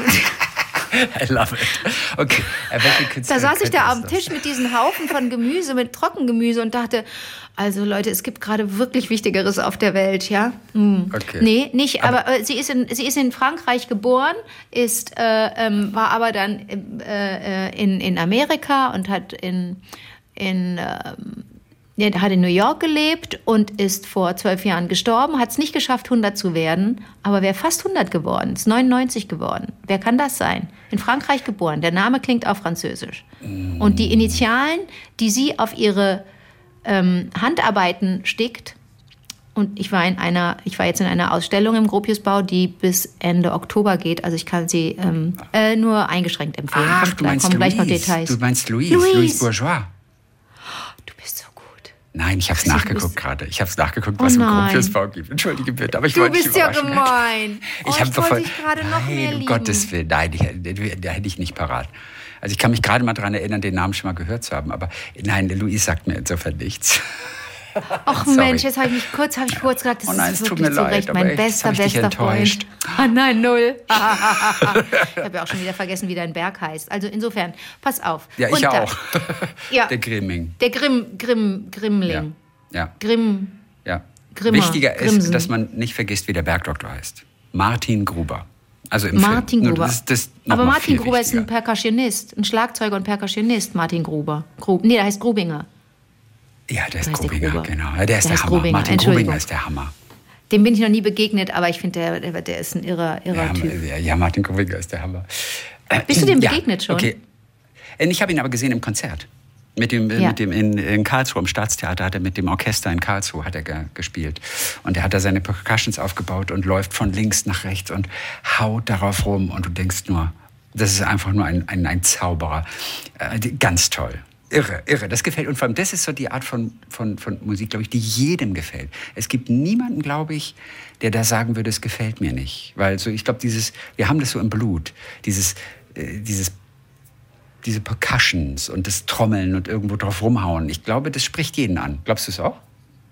I love it. Okay. Da saß ich da am Tisch mit diesen Haufen von Gemüse, mit Trockengemüse und dachte, also Leute, es gibt gerade wirklich Wichtigeres auf der Welt, ja? Hm. Okay. Nee, nicht, aber, aber äh, sie, ist in, sie ist in Frankreich geboren, ist, äh, ähm, war aber dann äh, in, in Amerika und hat in, in ähm, ja, hat in New York gelebt und ist vor zwölf Jahren gestorben, hat es nicht geschafft, hundert zu werden, aber wäre fast hundert geworden, ist neunundneunzig geworden. Wer kann das sein? In Frankreich geboren, der Name klingt auch französisch. Mm. Und die Initialen, die sie auf ihre ähm, Handarbeiten stickt, und ich war, in einer, ich war jetzt in einer Ausstellung im Gropiusbau, die bis Ende Oktober geht, also ich kann sie ähm, äh, nur eingeschränkt empfehlen. Ach, kommt, du meinst kommen gleich noch Louise. Details. Du meinst Louise, Louise, Louise Bourgeois. Du bist so gut. Nein, ich habe es nachgeguckt gerade. Ich habe es nachgeguckt, Oh was im nein. Gropiusbau gibt. Entschuldige bitte, aber ich Du wollte dich bist ja überraschen. gemein. Oh, Ich, ich wollte dich gerade noch nein, mehr um lieben. Gottes Willen, nein, die- da hätte ich nicht parat. Also ich kann mich gerade mal daran erinnern, den Namen schon mal gehört zu haben, aber nein, Louise sagt mir insofern nichts. Ach Sorry. Mensch, jetzt habe ich mich kurz, habe ich kurz gesagt, das Oh nein, ist es tut wirklich mir zu leid, Recht aber mein echt, jetzt bester, hab ich dich bester enttäuscht. Freund. Ah nein, null. Ich habe ja auch schon wieder vergessen, wie dein Berg heißt. Also insofern, pass auf. Ja, ich Und da- auch. Ja. Der Grimming. Der Grimm, Grimm, Grimmling. Ja. ja. Grimm, ja. Grimmer, Wichtiger ist, Grimsen. dass man nicht vergisst, wie der Bergdoktor heißt. Martin Gruber. Also im Martin Film. Gruber. Das ist, das noch Aber mal Martin viel Gruber ist ein wichtiger. Perkussionist, ein Schlagzeuger und Perkussionist, Martin Gruber. Grub, nee, der heißt Grubinger. Ja, der ist heißt der Grubinger, Gruber. genau. Ja, der ist Der der, heißt Hammer. Grubinger, Martin Entschuldigung. Grubinger ist der Hammer. Dem bin ich noch nie begegnet, aber ich finde, der, der, der ist ein irrer, irrer Ja, Typ. ja, ja, Martin Grubinger ist der Hammer. Äh, Bist du dem ja, begegnet schon? Okay. Äh, Ich habe ihn aber gesehen im Konzert. Mit dem, Ja. mit dem in, in Karlsruhe, im Staatstheater, hat er mit dem Orchester in Karlsruhe hat er ge, gespielt. Und er hat da seine Percussions aufgebaut und läuft von links nach rechts und haut darauf rum. Und du denkst nur, das ist einfach nur ein, ein, ein Zauberer. Äh, die- ganz toll. Irre, irre. Das gefällt. Und vor allem, das ist so die Art von, von, von Musik, glaube ich, die jedem gefällt. Es gibt niemanden, glaube ich, der da sagen würde, es gefällt mir nicht. Weil so, ich glaube, dieses, wir haben das so im Blut. Dieses, äh, dieses diese Percussions und das Trommeln und irgendwo drauf rumhauen. Ich glaube, das spricht jeden an. Glaubst du es auch?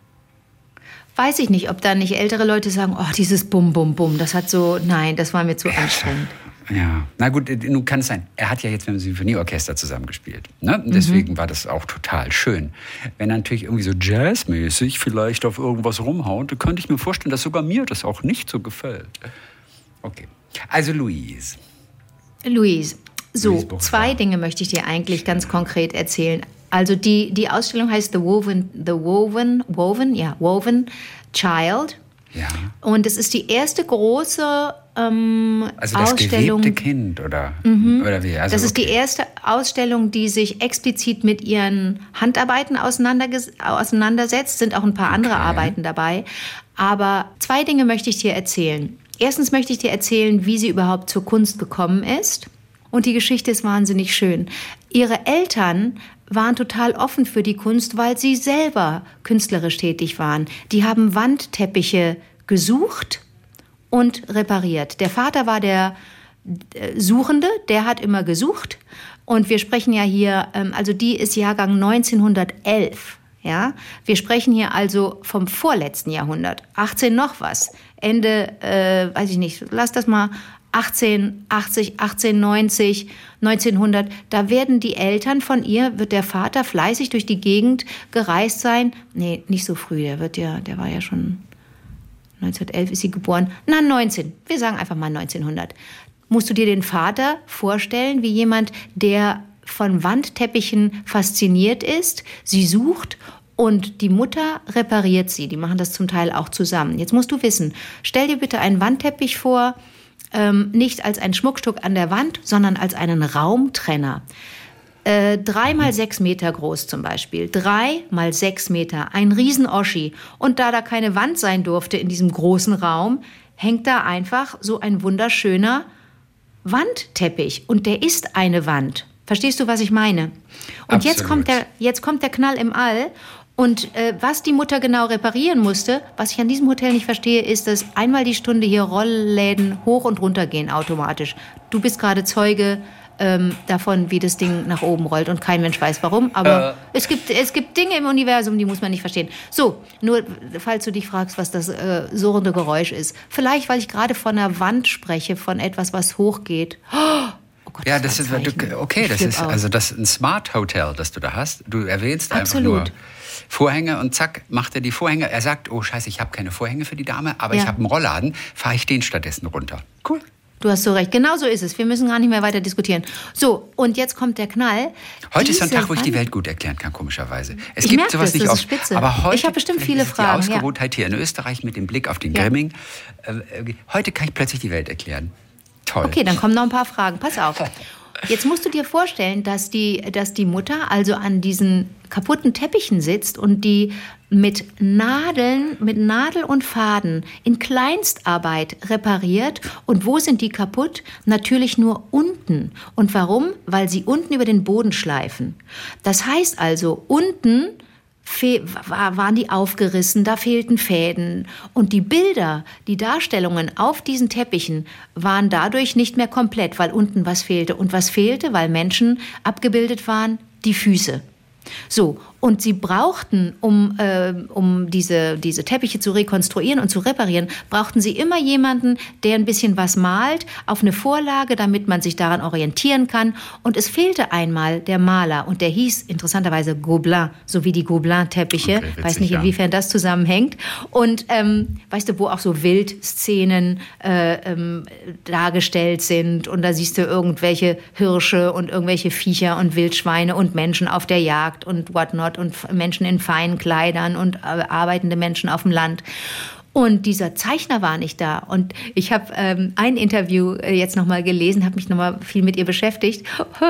Weiß ich nicht, ob da nicht ältere Leute sagen, oh, dieses Bum, Bum, Bum, das hat so, nein, das war mir zu anstrengend. Ja, na gut, nun kann es sein. Er hat ja jetzt mit dem Symphonieorchester zusammengespielt. Ne? Und deswegen war das auch total schön. Wenn er natürlich irgendwie so jazzmäßig vielleicht auf irgendwas rumhaut, dann könnte ich mir vorstellen, dass sogar mir das auch nicht so gefällt. Okay, also Louise. Louise, so, Louise Bourgeois. zwei Dinge möchte ich dir eigentlich ganz konkret erzählen. Also die, die Ausstellung heißt The Woven, The Woven, Woven, ja, Woven Child. Ja. Und es ist die erste große ähm, Also das Ausstellung. gewebte Kind, oder, oder wie? Also, Das ist die okay. erste Ausstellung, die sich explizit mit ihren Handarbeiten auseinanderges- auseinandersetzt. Sind auch ein paar andere Okay. Arbeiten dabei. Aber zwei Dinge möchte ich dir erzählen. Erstens möchte ich dir erzählen, wie sie überhaupt zur Kunst gekommen ist. Und die Geschichte ist wahnsinnig schön. Ihre Eltern waren total offen für die Kunst, weil sie selber künstlerisch tätig waren. Die haben Wandteppiche gesucht und repariert. Der Vater war der äh, Suchende, der hat immer gesucht. Und wir sprechen ja hier, ähm, also die ist Jahrgang neunzehnhundertelf. Ja? Wir sprechen hier also vom vorletzten Jahrhundert. achtzehn noch was. Ende, äh, weiß ich nicht, lass das mal achtzehnhundertachtzig, achtzehnhundertneunzig, neunzehnhundert. Da werden die Eltern von ihr, wird der Vater fleißig durch die Gegend gereist sein. Nee, nicht so früh, der wird ja, der war ja schon neunzehnhundertelf ist sie geboren. Na, neunzehn. Wir sagen einfach mal neunzehnhundert. Musst du dir den Vater vorstellen, wie jemand, der von Wandteppichen fasziniert ist, sie sucht und die Mutter repariert sie. Die machen das zum Teil auch zusammen. Jetzt musst du wissen, stell dir bitte einen Wandteppich vor, ähm, nicht als ein Schmuckstück an der Wand, sondern als einen Raumtrenner. Äh, drei mal sechs Meter groß zum Beispiel. Drei mal sechs Meter. Ein Riesen-Oschi. Und da da keine Wand sein durfte in diesem großen Raum, hängt da einfach so ein wunderschöner Wandteppich. Und der ist eine Wand. Verstehst du, was ich meine? Und Absolut. jetzt kommt der, jetzt kommt der Knall im All. Und äh, was die Mutter genau reparieren musste, was ich an diesem Hotel nicht verstehe, ist, dass einmal die Stunde hier Rollläden hoch und runter gehen automatisch. Du bist gerade Zeuge ähm, davon, wie das Ding nach oben rollt und kein Mensch weiß warum. Aber äh. es gibt, es gibt Dinge im Universum, die muss man nicht verstehen. So, nur falls du dich fragst, was das äh, surrende Geräusch ist. Vielleicht, weil ich gerade von einer Wand spreche, von etwas, was hochgeht. Oh Gott, ja, das ist okay. Das ist also das ist ein Smart Hotel, das du da hast. Du erwähnst Absolut. einfach nur Vorhänge und zack, macht er die Vorhänge. Er sagt, oh scheiße, ich habe keine Vorhänge für die Dame, aber ja. ich habe einen Rollladen, fahre ich den stattdessen runter. Cool. Du hast so recht, genau so ist es. Wir müssen gar nicht mehr weiter diskutieren. So, und jetzt kommt der Knall. Heute Diese ist so ein Tag, wo ich die Wand- Welt gut erklären kann, komischerweise. Es Ich gibt merke sowas das, nicht das oft. ist spitze. Aber heute, Ich habe bestimmt vielleicht viele ist Fragen, Die ja. Ausgewohntheit hier in Österreich mit dem Blick auf den Ja. Grimming. Äh, heute kann ich plötzlich die Welt erklären. Toll. Okay, dann kommen noch ein paar Fragen. Pass auf. Jetzt musst du dir vorstellen, dass die, dass die Mutter also an diesen kaputten Teppichen sitzt und die mit Nadeln, mit Nadel und Faden in Kleinstarbeit repariert. Und wo sind die kaputt? Natürlich nur unten. Und warum? Weil sie unten über den Boden schleifen. Das heißt also, unten fe- wa- waren die aufgerissen, da fehlten Fäden. Und die Bilder, die Darstellungen auf diesen Teppichen waren dadurch nicht mehr komplett, weil unten was fehlte. Und was fehlte, weil Menschen abgebildet waren? Die Füße. So, und sie brauchten, um, äh, um diese, diese Teppiche zu rekonstruieren und zu reparieren, brauchten sie immer jemanden, der ein bisschen was malt, auf eine Vorlage, damit man sich daran orientieren kann. Und es fehlte einmal der Maler und der hieß interessanterweise Gobelin, so wie die Gobelin-Teppiche. Okay, witzig, weiß nicht, ja. inwiefern das zusammenhängt. Und ähm, weißt du, wo auch so Wildszenen äh, ähm, dargestellt sind und da siehst du irgendwelche Hirsche und irgendwelche Viecher und Wildschweine und Menschen auf der Jagd und whatnot und Menschen in feinen Kleidern und äh, arbeitende Menschen auf dem Land. Und dieser Zeichner war nicht da. Und ich habe ähm, ein Interview äh, jetzt nochmal gelesen, habe mich nochmal viel mit ihr beschäftigt.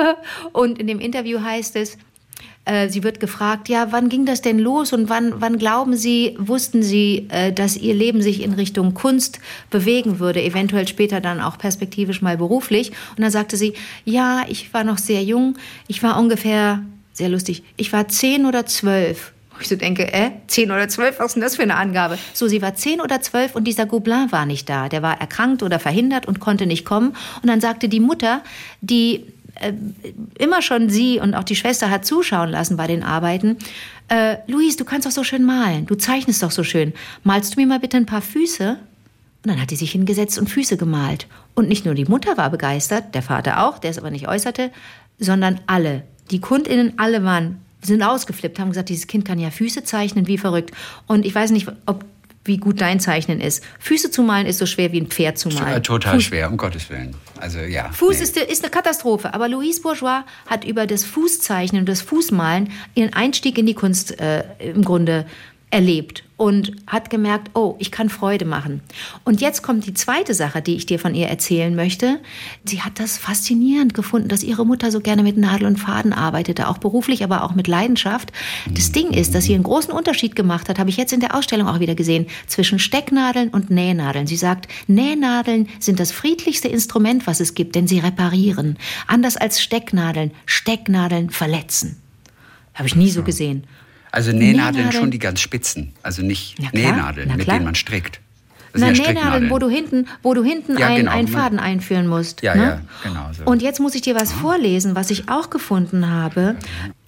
Und in dem Interview heißt es, äh, sie wird gefragt, ja, wann ging das denn los und wann, wann glauben Sie, wussten Sie, äh, dass Ihr Leben sich in Richtung Kunst bewegen würde, eventuell später dann auch perspektivisch mal beruflich. Und dann sagte sie, ja, ich war noch sehr jung, ich war ungefähr... Sehr lustig. Ich war zehn oder zwölf. Wo ich so denke, äh, zehn oder zwölf, was ist denn das für eine Angabe? So, sie war zehn oder zwölf und dieser Gobelin war nicht da. Der war erkrankt oder verhindert und konnte nicht kommen. Und dann sagte die Mutter, die äh, immer schon sie und auch die Schwester hat zuschauen lassen bei den Arbeiten, äh, Luis, du kannst doch so schön malen. Du zeichnest doch so schön. Malst du mir mal bitte ein paar Füße? Und dann hat die sich hingesetzt und Füße gemalt. Und nicht nur die Mutter war begeistert, der Vater auch, der es aber nicht äußerte, sondern alle. Die KundInnen alle waren, sind ausgeflippt, haben gesagt, dieses Kind kann ja Füße zeichnen, wie verrückt. Und ich weiß nicht, ob, wie gut dein Zeichnen ist. Füße zu malen ist so schwer wie ein Pferd zu malen. Total Fuß, schwer, um Gottes Willen. Also ja. Fuß nee. ist, ist eine Katastrophe. Aber Louise Bourgeois hat über das Fußzeichnen und das Fußmalen ihren Einstieg in die Kunst äh, im Grunde erlebt und hat gemerkt, oh, ich kann Freude machen. Und jetzt kommt die zweite Sache, die ich dir von ihr erzählen möchte. Sie hat das faszinierend gefunden, dass ihre Mutter so gerne mit Nadel und Faden arbeitete, auch beruflich, aber auch mit Leidenschaft. Das Ding ist, dass sie einen großen Unterschied gemacht hat, habe ich jetzt in der Ausstellung auch wieder gesehen, zwischen Stecknadeln und Nähnadeln. Sie sagt, Nähnadeln sind das friedlichste Instrument, was es gibt, denn sie reparieren. Anders als Stecknadeln. Stecknadeln verletzen. Habe ich nie so gesehen. Also Nähnadeln, Nähnadeln schon die ganz spitzen, also nicht Na klar, Nähnadeln, na mit klar. denen man strickt. Das Na, sind ja Nähnadeln, wo du hinten, wo du hinten Ja, einen, genau. einen Faden einführen musst. Ja, ne? ja, genau so. Und jetzt muss ich dir was vorlesen, was ich auch gefunden habe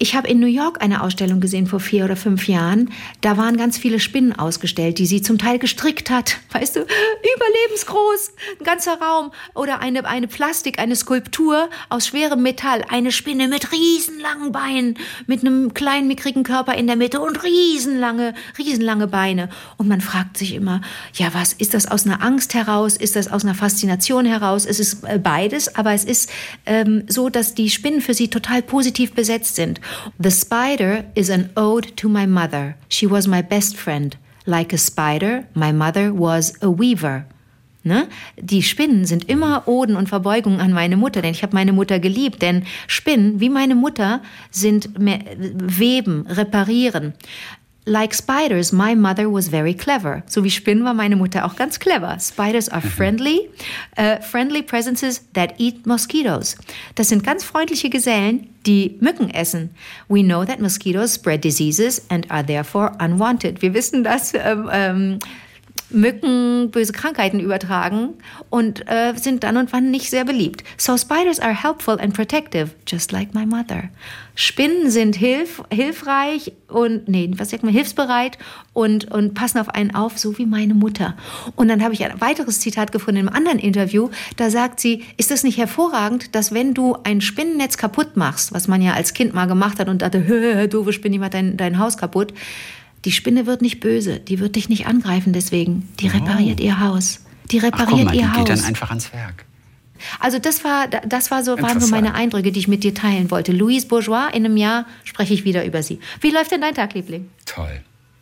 Ich habe in New York eine Ausstellung gesehen vor vier oder fünf Jahren. Da waren ganz viele Spinnen ausgestellt, die sie zum Teil gestrickt hat. Weißt du, überlebensgroß, ein ganzer Raum. Oder eine, eine Plastik, eine Skulptur aus schwerem Metall. Eine Spinne mit riesenlangen Beinen, mit einem kleinen, mickrigen Körper in der Mitte und riesenlange, riesenlange Beine. Und man fragt sich immer, ja, was, ist das aus einer Angst heraus? Ist das aus einer Faszination heraus? Es ist beides, aber es ist ähm, so, dass die Spinnen für sie total positiv besetzt sind. The spider is an ode to my mother. She was my best friend. Like a spider, my mother was a weaver. Ne? Die Spinnen sind immer Oden und Verbeugungen an meine Mutter, denn ich habe meine Mutter geliebt. Denn Spinnen, wie meine Mutter, sind Weben, Reparieren. Like spiders, my mother was very clever. So wie Spinnen war meine Mutter auch ganz clever. Spiders are friendly, uh, friendly presences that eat mosquitoes. Das sind ganz freundliche Gesellen, die Mücken essen. We know that mosquitoes spread diseases and are therefore unwanted. Wir wissen, dass ähm, ähm, Mücken böse Krankheiten übertragen und äh, sind dann und wann nicht sehr beliebt. So spiders are helpful and protective, just like my mother. Spinnen sind hilf, hilfreich und, nee, was sagt man, hilfsbereit und, und passen auf einen auf, so wie meine Mutter. Und dann habe ich ein weiteres Zitat gefunden in einem anderen Interview, da sagt sie, ist es nicht hervorragend, dass wenn du ein Spinnennetz kaputt machst, was man ja als Kind mal gemacht hat und dachte, doofe Spinne, die macht dein, dein Haus kaputt, die Spinne wird nicht böse, die wird dich nicht angreifen deswegen. Die repariert oh. ihr Haus. Die repariert Ach, guck mal, ihr die Haus. Die geht dann einfach ans Werk. Also das war, das war so, waren so meine Eindrücke, die ich mit dir teilen wollte. Louise Bourgeois, in einem Jahr spreche ich wieder über sie. Wie läuft denn dein Tag, Liebling? Toll.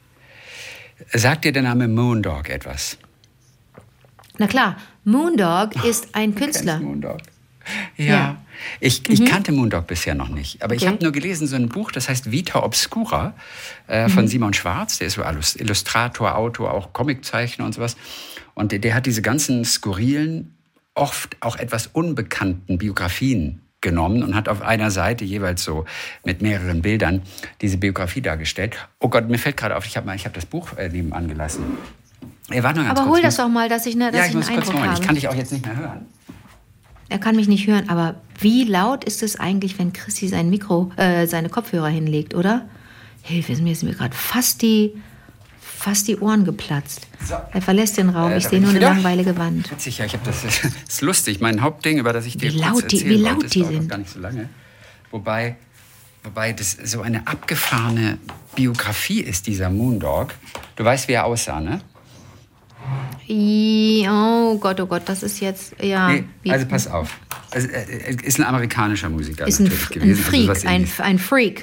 Sagt dir der Name Moondog etwas? Na klar, Moondog ist ein Künstler. Du kennst Moondog. Ja, ja. Ich, ich mhm. kannte Moondog bisher noch nicht. Aber okay. ich habe nur gelesen, so ein Buch, das heißt Vita Obscura äh, von mhm. Simon Schwarz. Der ist so Illustrator, Autor, auch Comiczeichner und sowas. Und der, der hat diese ganzen skurrilen, oft auch etwas unbekannten Biografien genommen und hat auf einer Seite jeweils so mit mehreren Bildern diese Biografie dargestellt. Oh Gott, mir fällt gerade auf, ich habe hab das Buch äh, nebenan gelassen. Er war nur ganz aber kurz, hol das doch mal, dass ich, ne, dass ja, ich, ich einen muss Eindruck kurz habe. Ich kann dich auch jetzt nicht mehr hören. Er kann mich nicht hören, aber wie laut ist es eigentlich, wenn Chrissy sein Mikro, äh, seine Kopfhörer hinlegt, oder? Hilfe, mir sind mir gerade fast die, fast die Ohren geplatzt. So. Er verlässt den Raum, äh, ich sehe nur eine langweilige Wand. Witzig, ja, ich habe das, das ist lustig. Mein Hauptding, über das ich dir wie kurz laut die, erzählen Wie laut wollte, die das sind. Gar nicht so lange. Wobei, wobei das so eine abgefahrene Biografie ist, dieser Moondog. Du weißt, wie er aussah, ne? Oh Gott, oh Gott, das ist jetzt, ja. Nee, also pass auf. Also, er ist ein amerikanischer Musiker ist ein, natürlich ein Freak, also ein, ein Freak.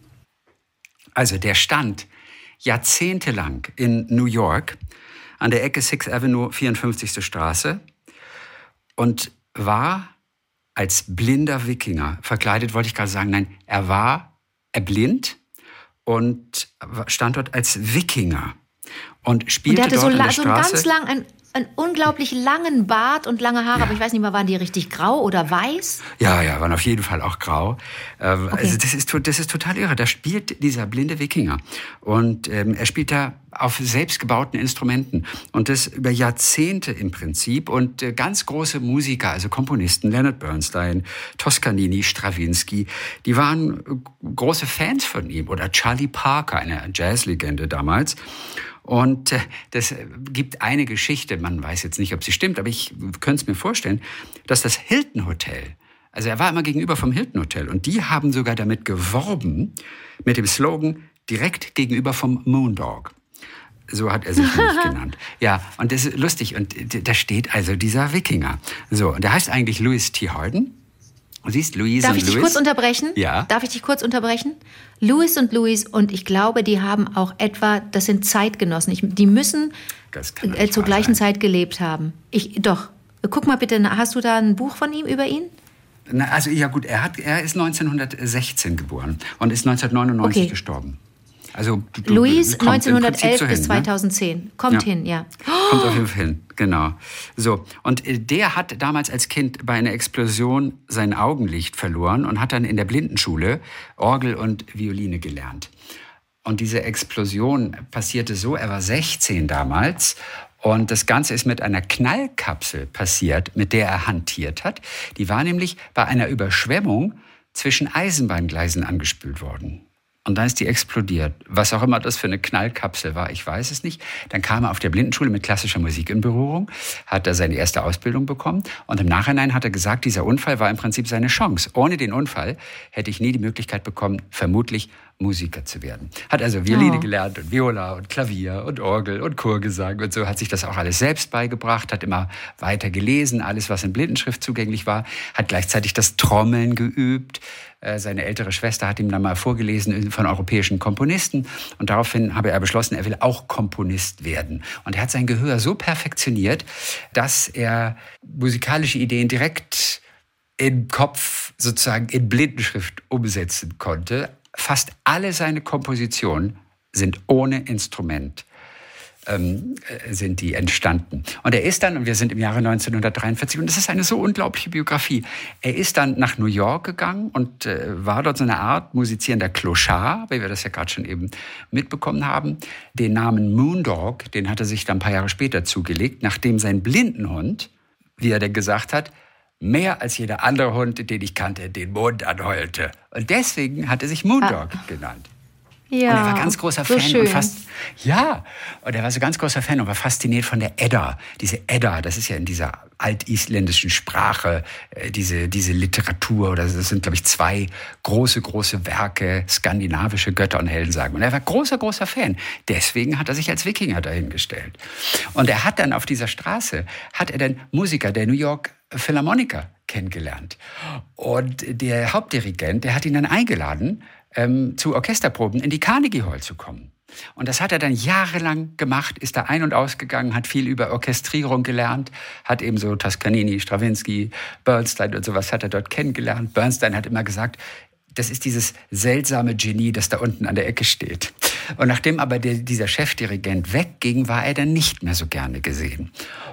Also der stand jahrzehntelang in New York an der Ecke Sixth Avenue, vierundfünfzigste Straße und war als blinder Wikinger verkleidet, wollte ich gerade sagen. Nein, er war blind und stand dort als Wikinger. Und spielte und der hatte dort so, an der so Straße. einen ganz lang, einen, einen unglaublich langen Bart und lange Haare, ja. aber ich weiß nicht mehr, waren die richtig grau oder weiß? Ja, ja, waren auf jeden Fall auch grau. Ähm, okay. Also das ist, das ist total irre. Da spielt dieser blinde Wikinger. Und ähm, er spielt da auf selbstgebauten Instrumenten. Und das über Jahrzehnte im Prinzip. Und äh, ganz große Musiker, also Komponisten, Leonard Bernstein, Toscanini, Stravinsky, die waren äh, große Fans von ihm. Oder Charlie Parker, eine Jazzlegende damals. Und äh, das gibt eine Geschichte, man weiß jetzt nicht, ob sie stimmt, aber ich könnte es mir vorstellen, dass das Hilton Hotel, also er war immer gegenüber vom Hilton Hotel und die haben sogar damit geworben, mit dem Slogan, direkt gegenüber vom Moondog. So hat er sich nämlich genannt. Ja, und das ist lustig. Und da steht also dieser Wikinger. So, und der heißt eigentlich Louis T. Harden. Siehst, Louise Darf und ich dich Louis? kurz unterbrechen? Ja. Darf ich dich kurz unterbrechen? Louis und Louise, und ich glaube, die haben auch etwa, das sind Zeitgenossen. Ich, die müssen äh, zur gleichen sein. Zeit gelebt haben. Ich, doch. Guck mal bitte, hast du da ein Buch von ihm über ihn? Na, also ja gut, er, hat, er ist neunzehnhundertsechzehn geboren und ist neunzehnhundertneunundneunzig okay. gestorben. Also, du, Louis neunzehnhundertelf bis zweitaudzehn. Ne? Kommt ja. hin, ja. Kommt auf jeden Fall hin, genau. So, und der hat damals als Kind bei einer Explosion sein Augenlicht verloren und hat dann in der Blindenschule Orgel und Violine gelernt. Und diese Explosion passierte so, er war sechzehn damals. Und das Ganze ist mit einer Knallkapsel passiert, mit der er hantiert hat. Die war nämlich bei einer Überschwemmung zwischen Eisenbahngleisen angespült worden. Und dann ist die explodiert. Was auch immer das für eine Knallkapsel war, ich weiß es nicht. Dann kam er auf der Blindenschule mit klassischer Musik in Berührung, hat er seine erste Ausbildung bekommen. Und im Nachhinein hat er gesagt, dieser Unfall war im Prinzip seine Chance. Ohne den Unfall hätte ich nie die Möglichkeit bekommen, vermutlich Musiker zu werden. Hat also Violine oh. gelernt und Viola und Klavier und Orgel und Chorgesang und so, hat sich das auch alles selbst beigebracht, hat immer weiter gelesen, alles, was in Blindenschrift zugänglich war, hat gleichzeitig das Trommeln geübt. Seine ältere Schwester hat ihm dann mal vorgelesen von europäischen Komponisten und daraufhin habe er beschlossen, er will auch Komponist werden. Und er hat sein Gehör so perfektioniert, dass er musikalische Ideen direkt im Kopf sozusagen in Blindenschrift umsetzen konnte. Fast alle seine Kompositionen sind ohne Instrument. Ähm, sind die entstanden. Und er ist dann, und wir sind im Jahre neunzehnhundertdreiundvierzig, und das ist eine so unglaubliche Biografie, er ist dann nach New York gegangen und äh, war dort so eine Art musizierender Clochard, wie wir das ja gerade schon eben mitbekommen haben. Den Namen Moondog, den hat er sich dann ein paar Jahre später zugelegt, nachdem sein Blindenhund, wie er denn gesagt hat, mehr als jeder andere Hund, den ich kannte, den Mond anheulte. Und deswegen hat er sich Moondog ah. genannt. Ja, und er war ganz großer so Fan schön. und fast, ja, und er war so ganz großer Fan und war fasziniert von der Edda. Diese Edda, das ist ja in dieser altisländischen Sprache, äh, diese, diese Literatur, oder das sind, glaube ich, zwei große, große Werke, skandinavische Götter und Heldensagen. Und er war großer, großer Fan. Deswegen hat er sich als Wikinger dahingestellt. Und er hat dann auf dieser Straße, hat er dann Musiker der New York Philharmoniker kennengelernt. Und der Hauptdirigent, der hat ihn dann eingeladen, Ähm, zu Orchesterproben in die Carnegie Hall zu kommen. Und das hat er dann jahrelang gemacht, ist da ein- und ausgegangen, hat viel über Orchestrierung gelernt, hat eben so Toscanini, Stravinsky, Bernstein und sowas hat er dort kennengelernt. Bernstein hat immer gesagt, das ist dieses seltsame Genie, das da unten an der Ecke steht. Und nachdem aber der, dieser Chefdirigent wegging, war er dann nicht mehr so gerne gesehen.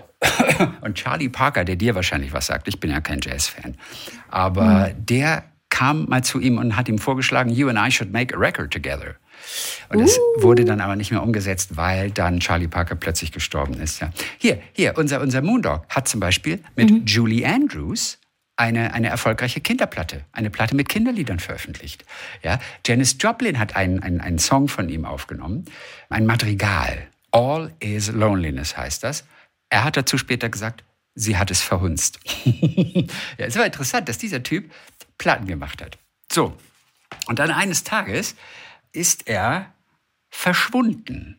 Und Charlie Parker, der dir wahrscheinlich was sagt, ich bin ja kein Jazz-Fan, aber mhm. der kam mal zu ihm und hat ihm vorgeschlagen, you and I should make a record together. Und das uh. wurde dann aber nicht mehr umgesetzt, weil dann Charlie Parker plötzlich gestorben ist. Ja. Hier, hier, unser, unser Moondog hat zum Beispiel mit mhm. Julie Andrews eine, eine erfolgreiche Kinderplatte, eine Platte mit Kinderliedern veröffentlicht. Ja. Janis Joplin hat einen, einen, einen Song von ihm aufgenommen, ein Madrigal. All is Loneliness heißt das. Er hat dazu später gesagt, sie hat es verhunzt. Ja, es war interessant, dass dieser Typ Platten gemacht hat. So, und dann eines Tages ist er verschwunden.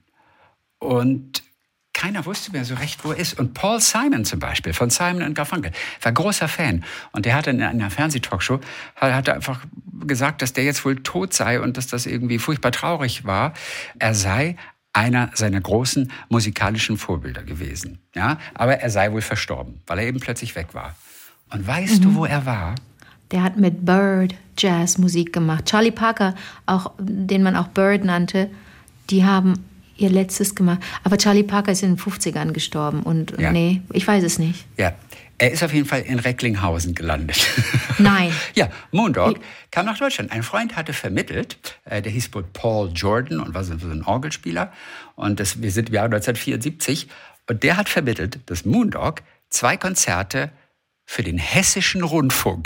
Und keiner wusste mehr so recht, wo er ist. Und Paul Simon zum Beispiel, von Simon und Garfunkel, war großer Fan. Und der hat in einer Fernsehtalkshow, hat er einfach gesagt, dass der jetzt wohl tot sei und dass das irgendwie furchtbar traurig war. Er sei einer seiner großen musikalischen Vorbilder gewesen. Ja? Aber er sei wohl verstorben, weil er eben plötzlich weg war. Und weißt mhm. du, wo er war? Der hat mit Bird Jazzmusik gemacht. Charlie Parker, auch, den man auch Bird nannte, die haben ihr letztes gemacht. Aber Charlie Parker ist in den fünfzigern gestorben. Und ja. nee, ich weiß es nicht. Ja, er ist auf jeden Fall in Recklinghausen gelandet. Nein. Ja, Moondog kam nach Deutschland. Ein Freund hatte vermittelt, äh, der hieß Paul Jordan und war so ein Orgelspieler. Und das, wir sind im Jahre neunzehnhundertvierundsiebzig. Und der hat vermittelt, dass Moondog zwei Konzerte für den Hessischen Rundfunk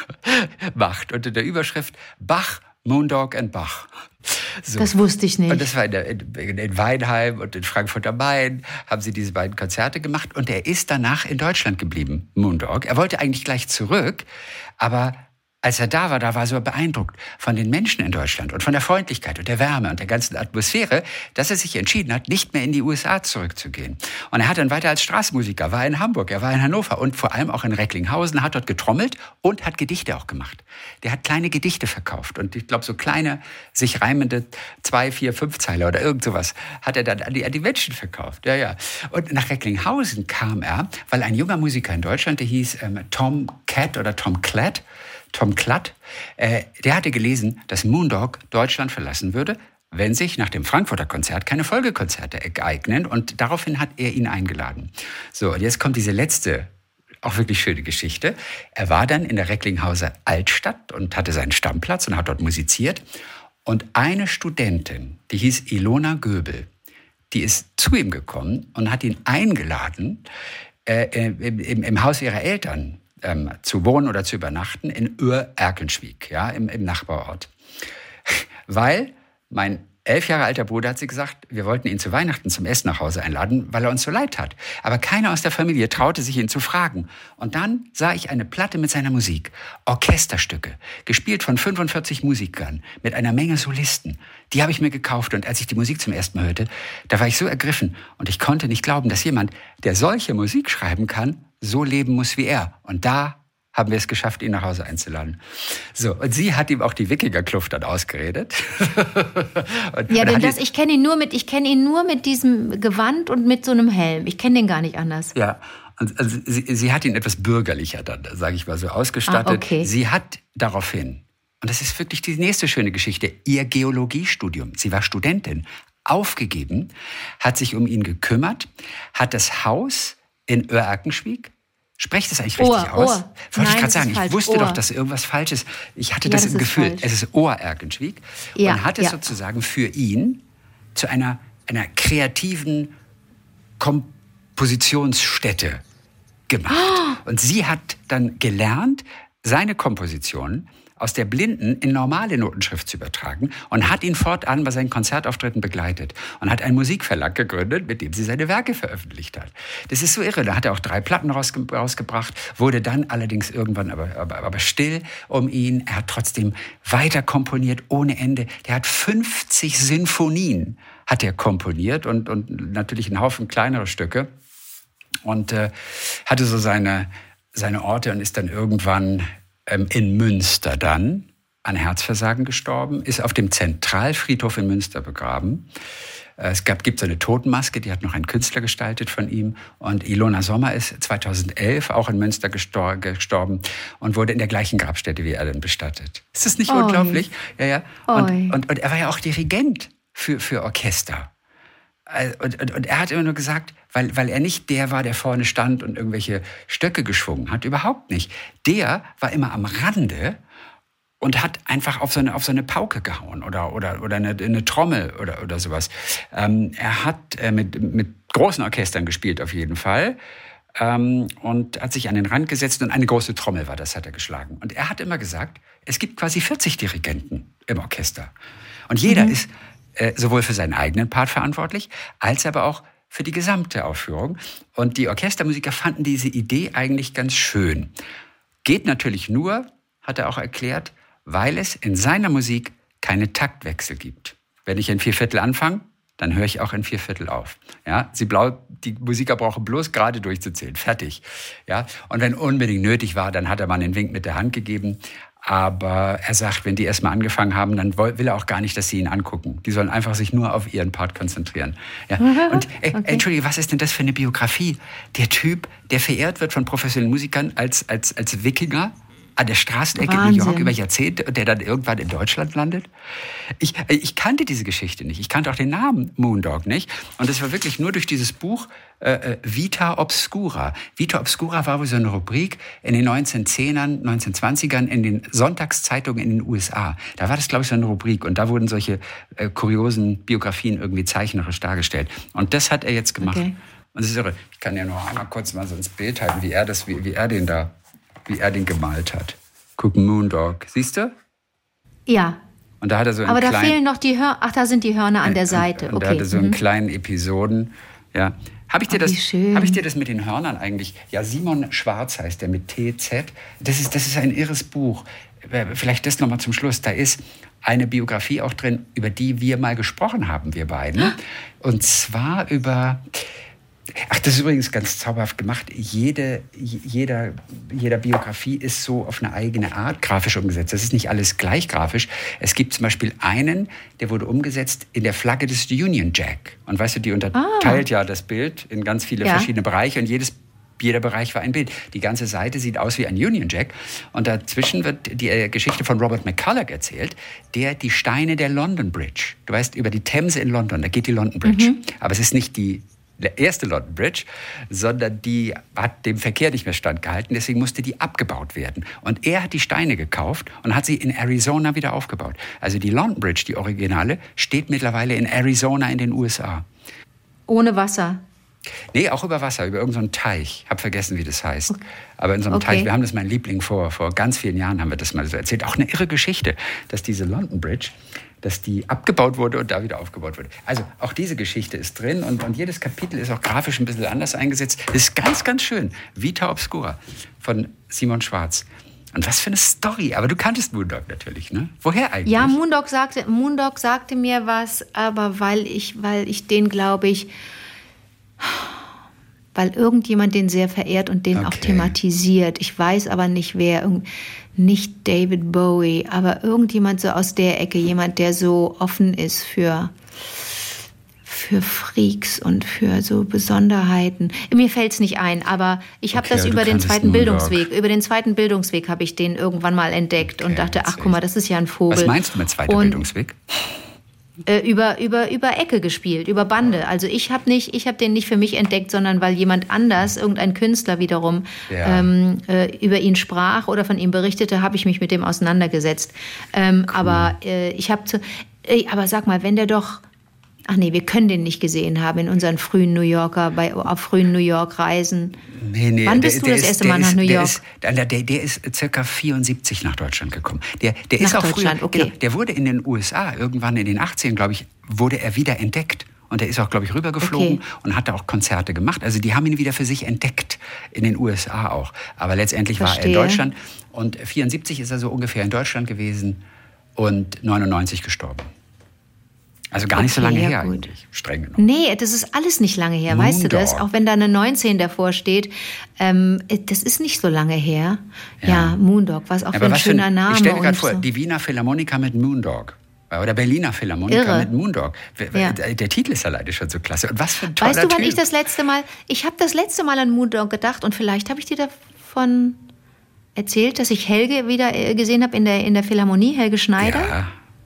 macht. Unter der Überschrift Bach, Moondog and Bach. So. Das wusste ich nicht. Und das war in, der, in, in Weinheim und in Frankfurt am Main, haben sie diese beiden Konzerte gemacht. Und er ist danach in Deutschland geblieben, Moondog. Er wollte eigentlich gleich zurück, aber als er da war, da war er so beeindruckt von den Menschen in Deutschland und von der Freundlichkeit und der Wärme und der ganzen Atmosphäre, dass er sich entschieden hat, nicht mehr in die U S A zurückzugehen. Und er hat dann weiter als Straßenmusiker, war in Hamburg, er war in Hannover und vor allem auch in Recklinghausen, hat dort getrommelt und hat Gedichte auch gemacht. Der hat kleine Gedichte verkauft und ich glaube, so kleine, sich reimende zwei, vier, fünf Zeiler oder irgend sowas hat er dann an die, an die Menschen verkauft. Ja, ja. Und nach Recklinghausen kam er, weil ein junger Musiker in Deutschland, der hieß ähm, Tom Catt oder Tom Klatt, Tom Klatt, äh, der hatte gelesen, dass Moondog Deutschland verlassen würde, wenn sich nach dem Frankfurter Konzert keine Folgekonzerte ereignen. Und daraufhin hat er ihn eingeladen. So, und jetzt kommt diese letzte, auch wirklich schöne Geschichte. Er war dann in der Recklinghauser Altstadt und hatte seinen Stammplatz und hat dort musiziert. Und eine Studentin, die hieß Ilona Göbel, die ist zu ihm gekommen und hat ihn eingeladen äh, im, im, im Haus ihrer Eltern ähm, zu wohnen oder zu übernachten in Oer-Erkenschwick, ja, im, im Nachbarort. Weil mein elf Jahre alter Bruder hat sie gesagt, wir wollten ihn zu Weihnachten zum Essen nach Hause einladen, weil er uns so leid hat. Aber keiner aus der Familie traute sich, ihn zu fragen. Und dann sah ich eine Platte mit seiner Musik. Orchesterstücke, gespielt von fünfundvierzig Musikern, mit einer Menge Solisten. Die habe ich mir gekauft. Und als ich die Musik zum ersten Mal hörte, da war ich so ergriffen. Und ich konnte nicht glauben, dass jemand, der solche Musik schreiben kann, so leben muss wie er. Und da haben wir es geschafft, ihn nach Hause einzuladen. So, und sie hat ihm auch die Wikingerkluft dann ausgeredet. und, ja, denn das, ich kenne ihn nur mit, ich kenne ihn nur mit diesem Gewand und mit so einem Helm. Ich kenne den gar nicht anders. Ja, und also sie, sie hat ihn etwas bürgerlicher dann, sage ich mal so, ausgestattet. Ah, okay. Sie hat daraufhin, und das ist wirklich die nächste schöne Geschichte, ihr Geologiestudium, sie war Studentin, aufgegeben, hat sich um ihn gekümmert, hat das Haus in Oer-Erkenschwick, sprecht das eigentlich richtig Ohr, aus? Ohr. Wollte Nein, ich gerade sagen. Ich falsch. wusste Ohr. doch, dass irgendwas falsch ist. Ich hatte Ja, das, das im ist Gefühl. falsch. Es ist Oer-Erkenschwick. Ja, und hat es ja. sozusagen für ihn zu einer, einer kreativen Kompositionsstätte gemacht. Oh. Und sie hat dann gelernt, seine Kompositionen aus der blinden in normale Notenschrift zu übertragen und hat ihn fortan bei seinen Konzertauftritten begleitet und hat einen Musikverlag gegründet, mit dem sie seine Werke veröffentlicht hat. Das ist so irre. Da hat er auch drei Platten rausge- rausgebracht, wurde dann allerdings irgendwann aber, aber, aber still um ihn. Er hat trotzdem weiter komponiert ohne Ende. Der hat fünfzig Sinfonien hat er komponiert und, und natürlich einen Haufen kleinere Stücke und äh, hatte so seine, seine Orte und ist dann irgendwann in Münster dann an Herzversagen gestorben, ist auf dem Zentralfriedhof in Münster begraben. Es gab, gibt so eine Totenmaske, die hat noch ein Künstler gestaltet von ihm. Und Ilona Sommer ist zweitausendelf auch in Münster gestor- gestorben und wurde in der gleichen Grabstätte wie er dann bestattet. Ist das nicht Oi. unglaublich? Ja, ja. Und, und, und er war ja auch Dirigent für, für Orchester. Und, und, und er hat immer nur gesagt, weil, weil er nicht der war, der vorne stand und irgendwelche Stöcke geschwungen hat, überhaupt nicht. Der war immer am Rande und hat einfach auf so eine, auf so eine Pauke gehauen oder, oder, oder eine, eine Trommel oder, oder sowas. Ähm, er hat äh, mit, mit großen Orchestern gespielt auf jeden Fall ähm, und hat sich an den Rand gesetzt und eine große Trommel war das, hat er geschlagen. Und er hat immer gesagt, es gibt quasi vierzig Dirigenten im Orchester. Und jeder mhm. ist äh, sowohl für seinen eigenen Part verantwortlich, als aber auch für die gesamte Aufführung. Und die Orchestermusiker fanden diese Idee eigentlich ganz schön. Geht natürlich nur, hat er auch erklärt, weil es in seiner Musik keine Taktwechsel gibt. Wenn ich in vier Viertel anfange, dann höre ich auch in vier Viertel auf. Ja, sie blau, die Musiker brauchen bloß gerade durchzuzählen. Fertig. Ja, und wenn unbedingt nötig war, dann hat er mal einen Wink mit der Hand gegeben. Aber er sagt, wenn die erstmal angefangen haben, dann will er auch gar nicht, dass sie ihn angucken. Die sollen einfach sich nur auf ihren Part konzentrieren. Ja. Und äh, okay. Entschuldige, was ist denn das für eine Biografie? Der Typ, der verehrt wird von professionellen Musikern als, als, als Wikinger an der Straßenecke in New York über Jahrzehnte und der dann irgendwann in Deutschland landet. Ich, ich kannte diese Geschichte nicht. Ich kannte auch den Namen Moondog nicht. Und es war wirklich nur durch dieses Buch äh, Vita Obscura. Vita Obscura war wohl so eine Rubrik in den neunzehnzehnern, neunzehnhundertzwanzigern in den Sonntagszeitungen in den U S A. Da war das, glaube ich, so eine Rubrik. Und da wurden solche äh, kuriosen Biografien irgendwie zeichnerisch dargestellt. Und das hat er jetzt gemacht. Okay. Und das ist irre. Ich kann ja noch einmal kurz mal so ins Bild halten, wie er, das, wie, wie er den da wie er den gemalt hat. Guck, Moondog. Siehst du? Ja. Und da hat er so einen Aber da kleinen, fehlen noch die Hörner. Ach, da sind die Hörner an der Seite. Und, und okay. da hat er so einen mhm. kleinen Episoden. Ja. Habe ich, dir oh, das, hab ich dir das mit den Hörnern eigentlich... Ja, Simon Schwarz heißt der mit T Z. Das ist, das ist ein irres Buch. Vielleicht das nochmal zum Schluss. Da ist eine Biografie auch drin, über die wir mal gesprochen haben, wir beiden. Und zwar über... Ach, das ist übrigens ganz zauberhaft gemacht. Jede, jeder, jeder Biografie ist so auf eine eigene Art grafisch umgesetzt. Das ist nicht alles gleich grafisch. Es gibt zum Beispiel einen, der wurde umgesetzt in der Flagge des Union Jack. Und weißt du, die unterteilt ah. ja das Bild in ganz viele ja. verschiedene Bereiche und jedes Jeder Bereich war ein Bild. Die ganze Seite sieht aus wie ein Union Jack. Und dazwischen wird die Geschichte von Robert McCulloch erzählt, der die Steine der London Bridge, du weißt, über die Themse in London, da geht die London Bridge. Mhm. Aber es ist nicht die erste London Bridge, sondern die hat dem Verkehr nicht mehr standgehalten, deswegen musste die abgebaut werden. Und er hat die Steine gekauft und hat sie in Arizona wieder aufgebaut. Also die London Bridge, die Originale, steht mittlerweile in Arizona in den U S A. Ohne Wasser? Nee, auch über Wasser, über irgendeinen so Teich. Hab vergessen, wie das heißt. Okay. Aber in so einem Okay. Teich, wir haben das, mein Liebling, vor, vor ganz vielen Jahren haben wir das mal so erzählt. Auch eine irre Geschichte, dass diese London Bridge, dass die abgebaut wurde und da wieder aufgebaut wurde. Also auch diese Geschichte ist drin und, und jedes Kapitel ist auch grafisch ein bisschen anders eingesetzt. Das ist ganz, ganz schön. Vita Obscura von Simon Schwarz. Und was für eine Story. Aber du kanntest Moondog natürlich, ne? Woher eigentlich? Ja, Moondog sagte, Moondog sagte mir was, aber weil ich, weil ich den, glaube ich, weil irgendjemand den sehr verehrt und den Okay. auch thematisiert. Ich weiß aber nicht wer, Irgend- nicht David Bowie, aber irgendjemand so aus der Ecke, jemand, der so offen ist für, für Freaks und für so Besonderheiten. Mir fällt es nicht ein, aber ich habe Okay, das du über den kanntest zweiten Moondog. Bildungsweg, über den zweiten Bildungsweg habe ich den irgendwann mal entdeckt und Okay, dachte, ach witzig. guck mal, das ist ja ein Vogel. Was meinst du mit zweiter Und- Bildungsweg? äh, über, über, über Ecke gespielt, über Bande. Also ich habe nicht, ich habe den nicht für mich entdeckt, sondern weil jemand anders, irgendein Künstler wiederum, Ja. ähm, äh, über ihn sprach oder von ihm berichtete, habe ich mich mit dem auseinandergesetzt. Ähm, Aber äh, ich habe zu, äh, aber sag mal, wenn der doch, ach nee, wir können den nicht gesehen haben in unseren frühen New Yorker, bei, auf frühen New York Reisen. Nee, nee, Wann der- bist du der das ist- erste der Mal nach ist- New der York? Ist, der, der, der ist circa vierundsiebzig nach Deutschland gekommen. Der, der ist Nach auch Deutschland, früher, okay. genau, der wurde in den U S A irgendwann in den achtzigern, glaube ich, wurde er wieder entdeckt. Und er ist auch, glaube ich, rübergeflogen Okay. und hat da auch Konzerte gemacht. Also die haben ihn wieder für sich entdeckt, in den U S A auch. Aber letztendlich war er Verstehe. in Deutschland. Und vierundsiebzig ist er so ungefähr in Deutschland gewesen und neunundneunzig gestorben. Also gar nicht so Okay, lange ja, her gut. eigentlich, streng genommen. Nee, das ist alles nicht lange her, weißt du das? Moondog. Auch wenn da eine neunzehn davor steht. Ähm, das ist nicht so lange her. Ja, Ja. Moondog, was auch für ein was für schöner ein- Name. Ich stelle mir gerade und vor, so. die Wiener Philharmoniker mit Moondog. Oder Berliner Philharmoniker Irre. mit Moondog. W- Ja. Der Titel ist alleine schon so klasse. Und was für ein toller Weißt du, wann Typ. ich das letzte Mal, ich habe das letzte Mal an Moondog gedacht und vielleicht habe ich dir davon erzählt, dass ich Helge wieder äh, gesehen habe in der, in der Philharmonie, Helge Schneider. Ja,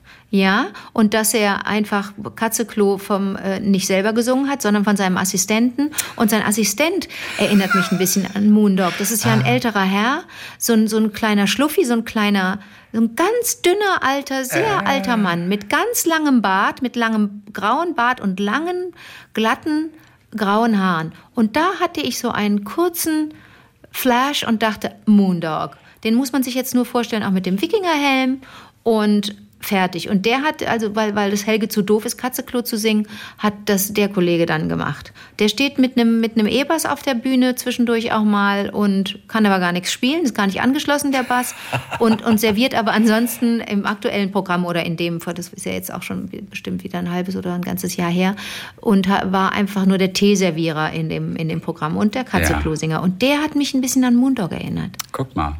Ja, und dass er einfach Katzeklo vom äh, nicht selber gesungen hat, sondern von seinem Assistenten. Und sein Assistent erinnert mich ein bisschen an Moondog. Das ist ja ein älterer Herr, so ein, so ein kleiner Schluffi, so ein kleiner, so ein ganz dünner, alter, sehr alter Mann mit ganz langem Bart, mit langem grauen Bart und langen, glatten, grauen Haaren. Und da hatte ich so einen kurzen Flash und dachte, Moondog. Den muss man sich jetzt nur vorstellen, auch mit dem Wikingerhelm und fertig. Und der hat, also weil, weil das Helge zu doof ist, Katzeklo zu singen, hat das der Kollege dann gemacht. Der steht mit einem mit einem E-Bass auf der Bühne zwischendurch auch mal und kann aber gar nichts spielen, ist gar nicht angeschlossen, der Bass. Und, und serviert aber ansonsten im aktuellen Programm oder in dem, das ist ja jetzt auch schon bestimmt wieder ein halbes oder ein ganzes Jahr her, und ha- war einfach nur der Teeservierer in dem, in dem Programm und der Katzeklo-Singer. Und der hat mich ein bisschen an Moondog erinnert. guck mal.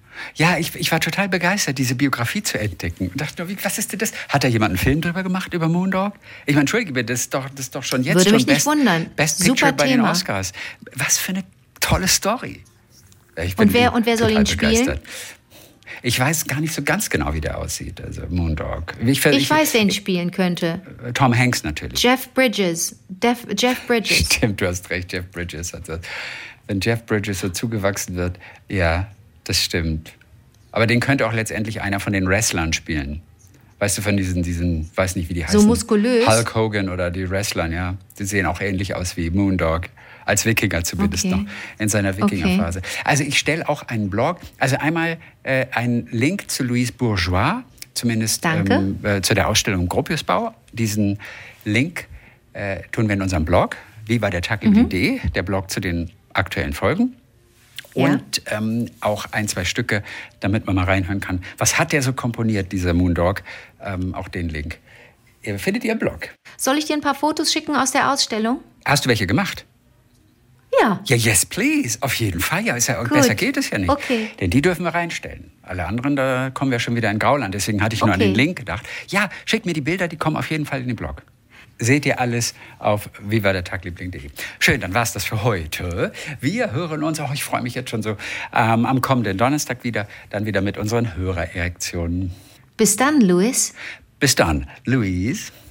Ja, ich, ich war total begeistert, diese Biografie zu entdecken. Und dachte nur, wie, was ist denn das? Hat da jemand einen Film drüber gemacht, über Moondog? Ich meine, entschuldige bitte, das ist doch, das ist doch schon jetzt Würde schon mich nicht Best, wundern. Best Super Picture bei den Thema. Oscars. Was für eine tolle Story. Ich bin Und wer- und wer soll total ihn spielen? begeistert. Ich weiß gar nicht so ganz genau, wie der aussieht, also Moondog. Ich, Ich weiß, wer ihn spielen könnte. Tom Hanks natürlich. Jeff Bridges. Def, Jeff Bridges. Stimmt, du hast recht, Jeff Bridges hat das. Wenn Jeff Bridges so zugewachsen wird, ja, das stimmt. Aber den könnte auch letztendlich einer von den Wrestlern spielen. Weißt du, von diesen, diesen, weiß nicht, wie die heißen. muskulös? Hulk Hogan oder die Wrestlern, ja. Die sehen auch ähnlich aus wie Moondog. Als Wikinger zumindest Okay. noch, in seiner Wikingerphase. Also ich stelle auch einen Blog, also einmal äh, einen Link zu Louise Bourgeois, zumindest Danke. ähm, äh, zu der Ausstellung im Gropiusbau. Diesen Link äh, tun wir in unserem Blog, wie bei der Tagli.de, der Blog zu den aktuellen Folgen. Ja. Und ähm, auch ein, zwei Stücke, damit man mal reinhören kann. Was hat der so komponiert, dieser Moondog? Ähm, auch den Link. Ihr findet ihr im Blog. Soll ich dir ein paar Fotos schicken aus der Ausstellung? Hast du welche gemacht? Ja. Ja, yes, please. Auf jeden Fall. Ja, ist ja Gut. besser geht es ja nicht. Okay. Denn die dürfen wir reinstellen. Alle anderen, da kommen wir schon wieder in Gauland. Deswegen hatte ich nur an Okay. den Link gedacht. Ja, schickt mir die Bilder, die kommen auf jeden Fall in den Blog. Seht ihr alles auf viva der tagliebling punkt de. Schön, dann war's das für heute. Wir hören uns, oh, ich freue mich jetzt schon so, ähm, am kommenden Donnerstag wieder, dann wieder mit unseren Hörererektionen. Bis dann, Louis. Bis dann, Louise.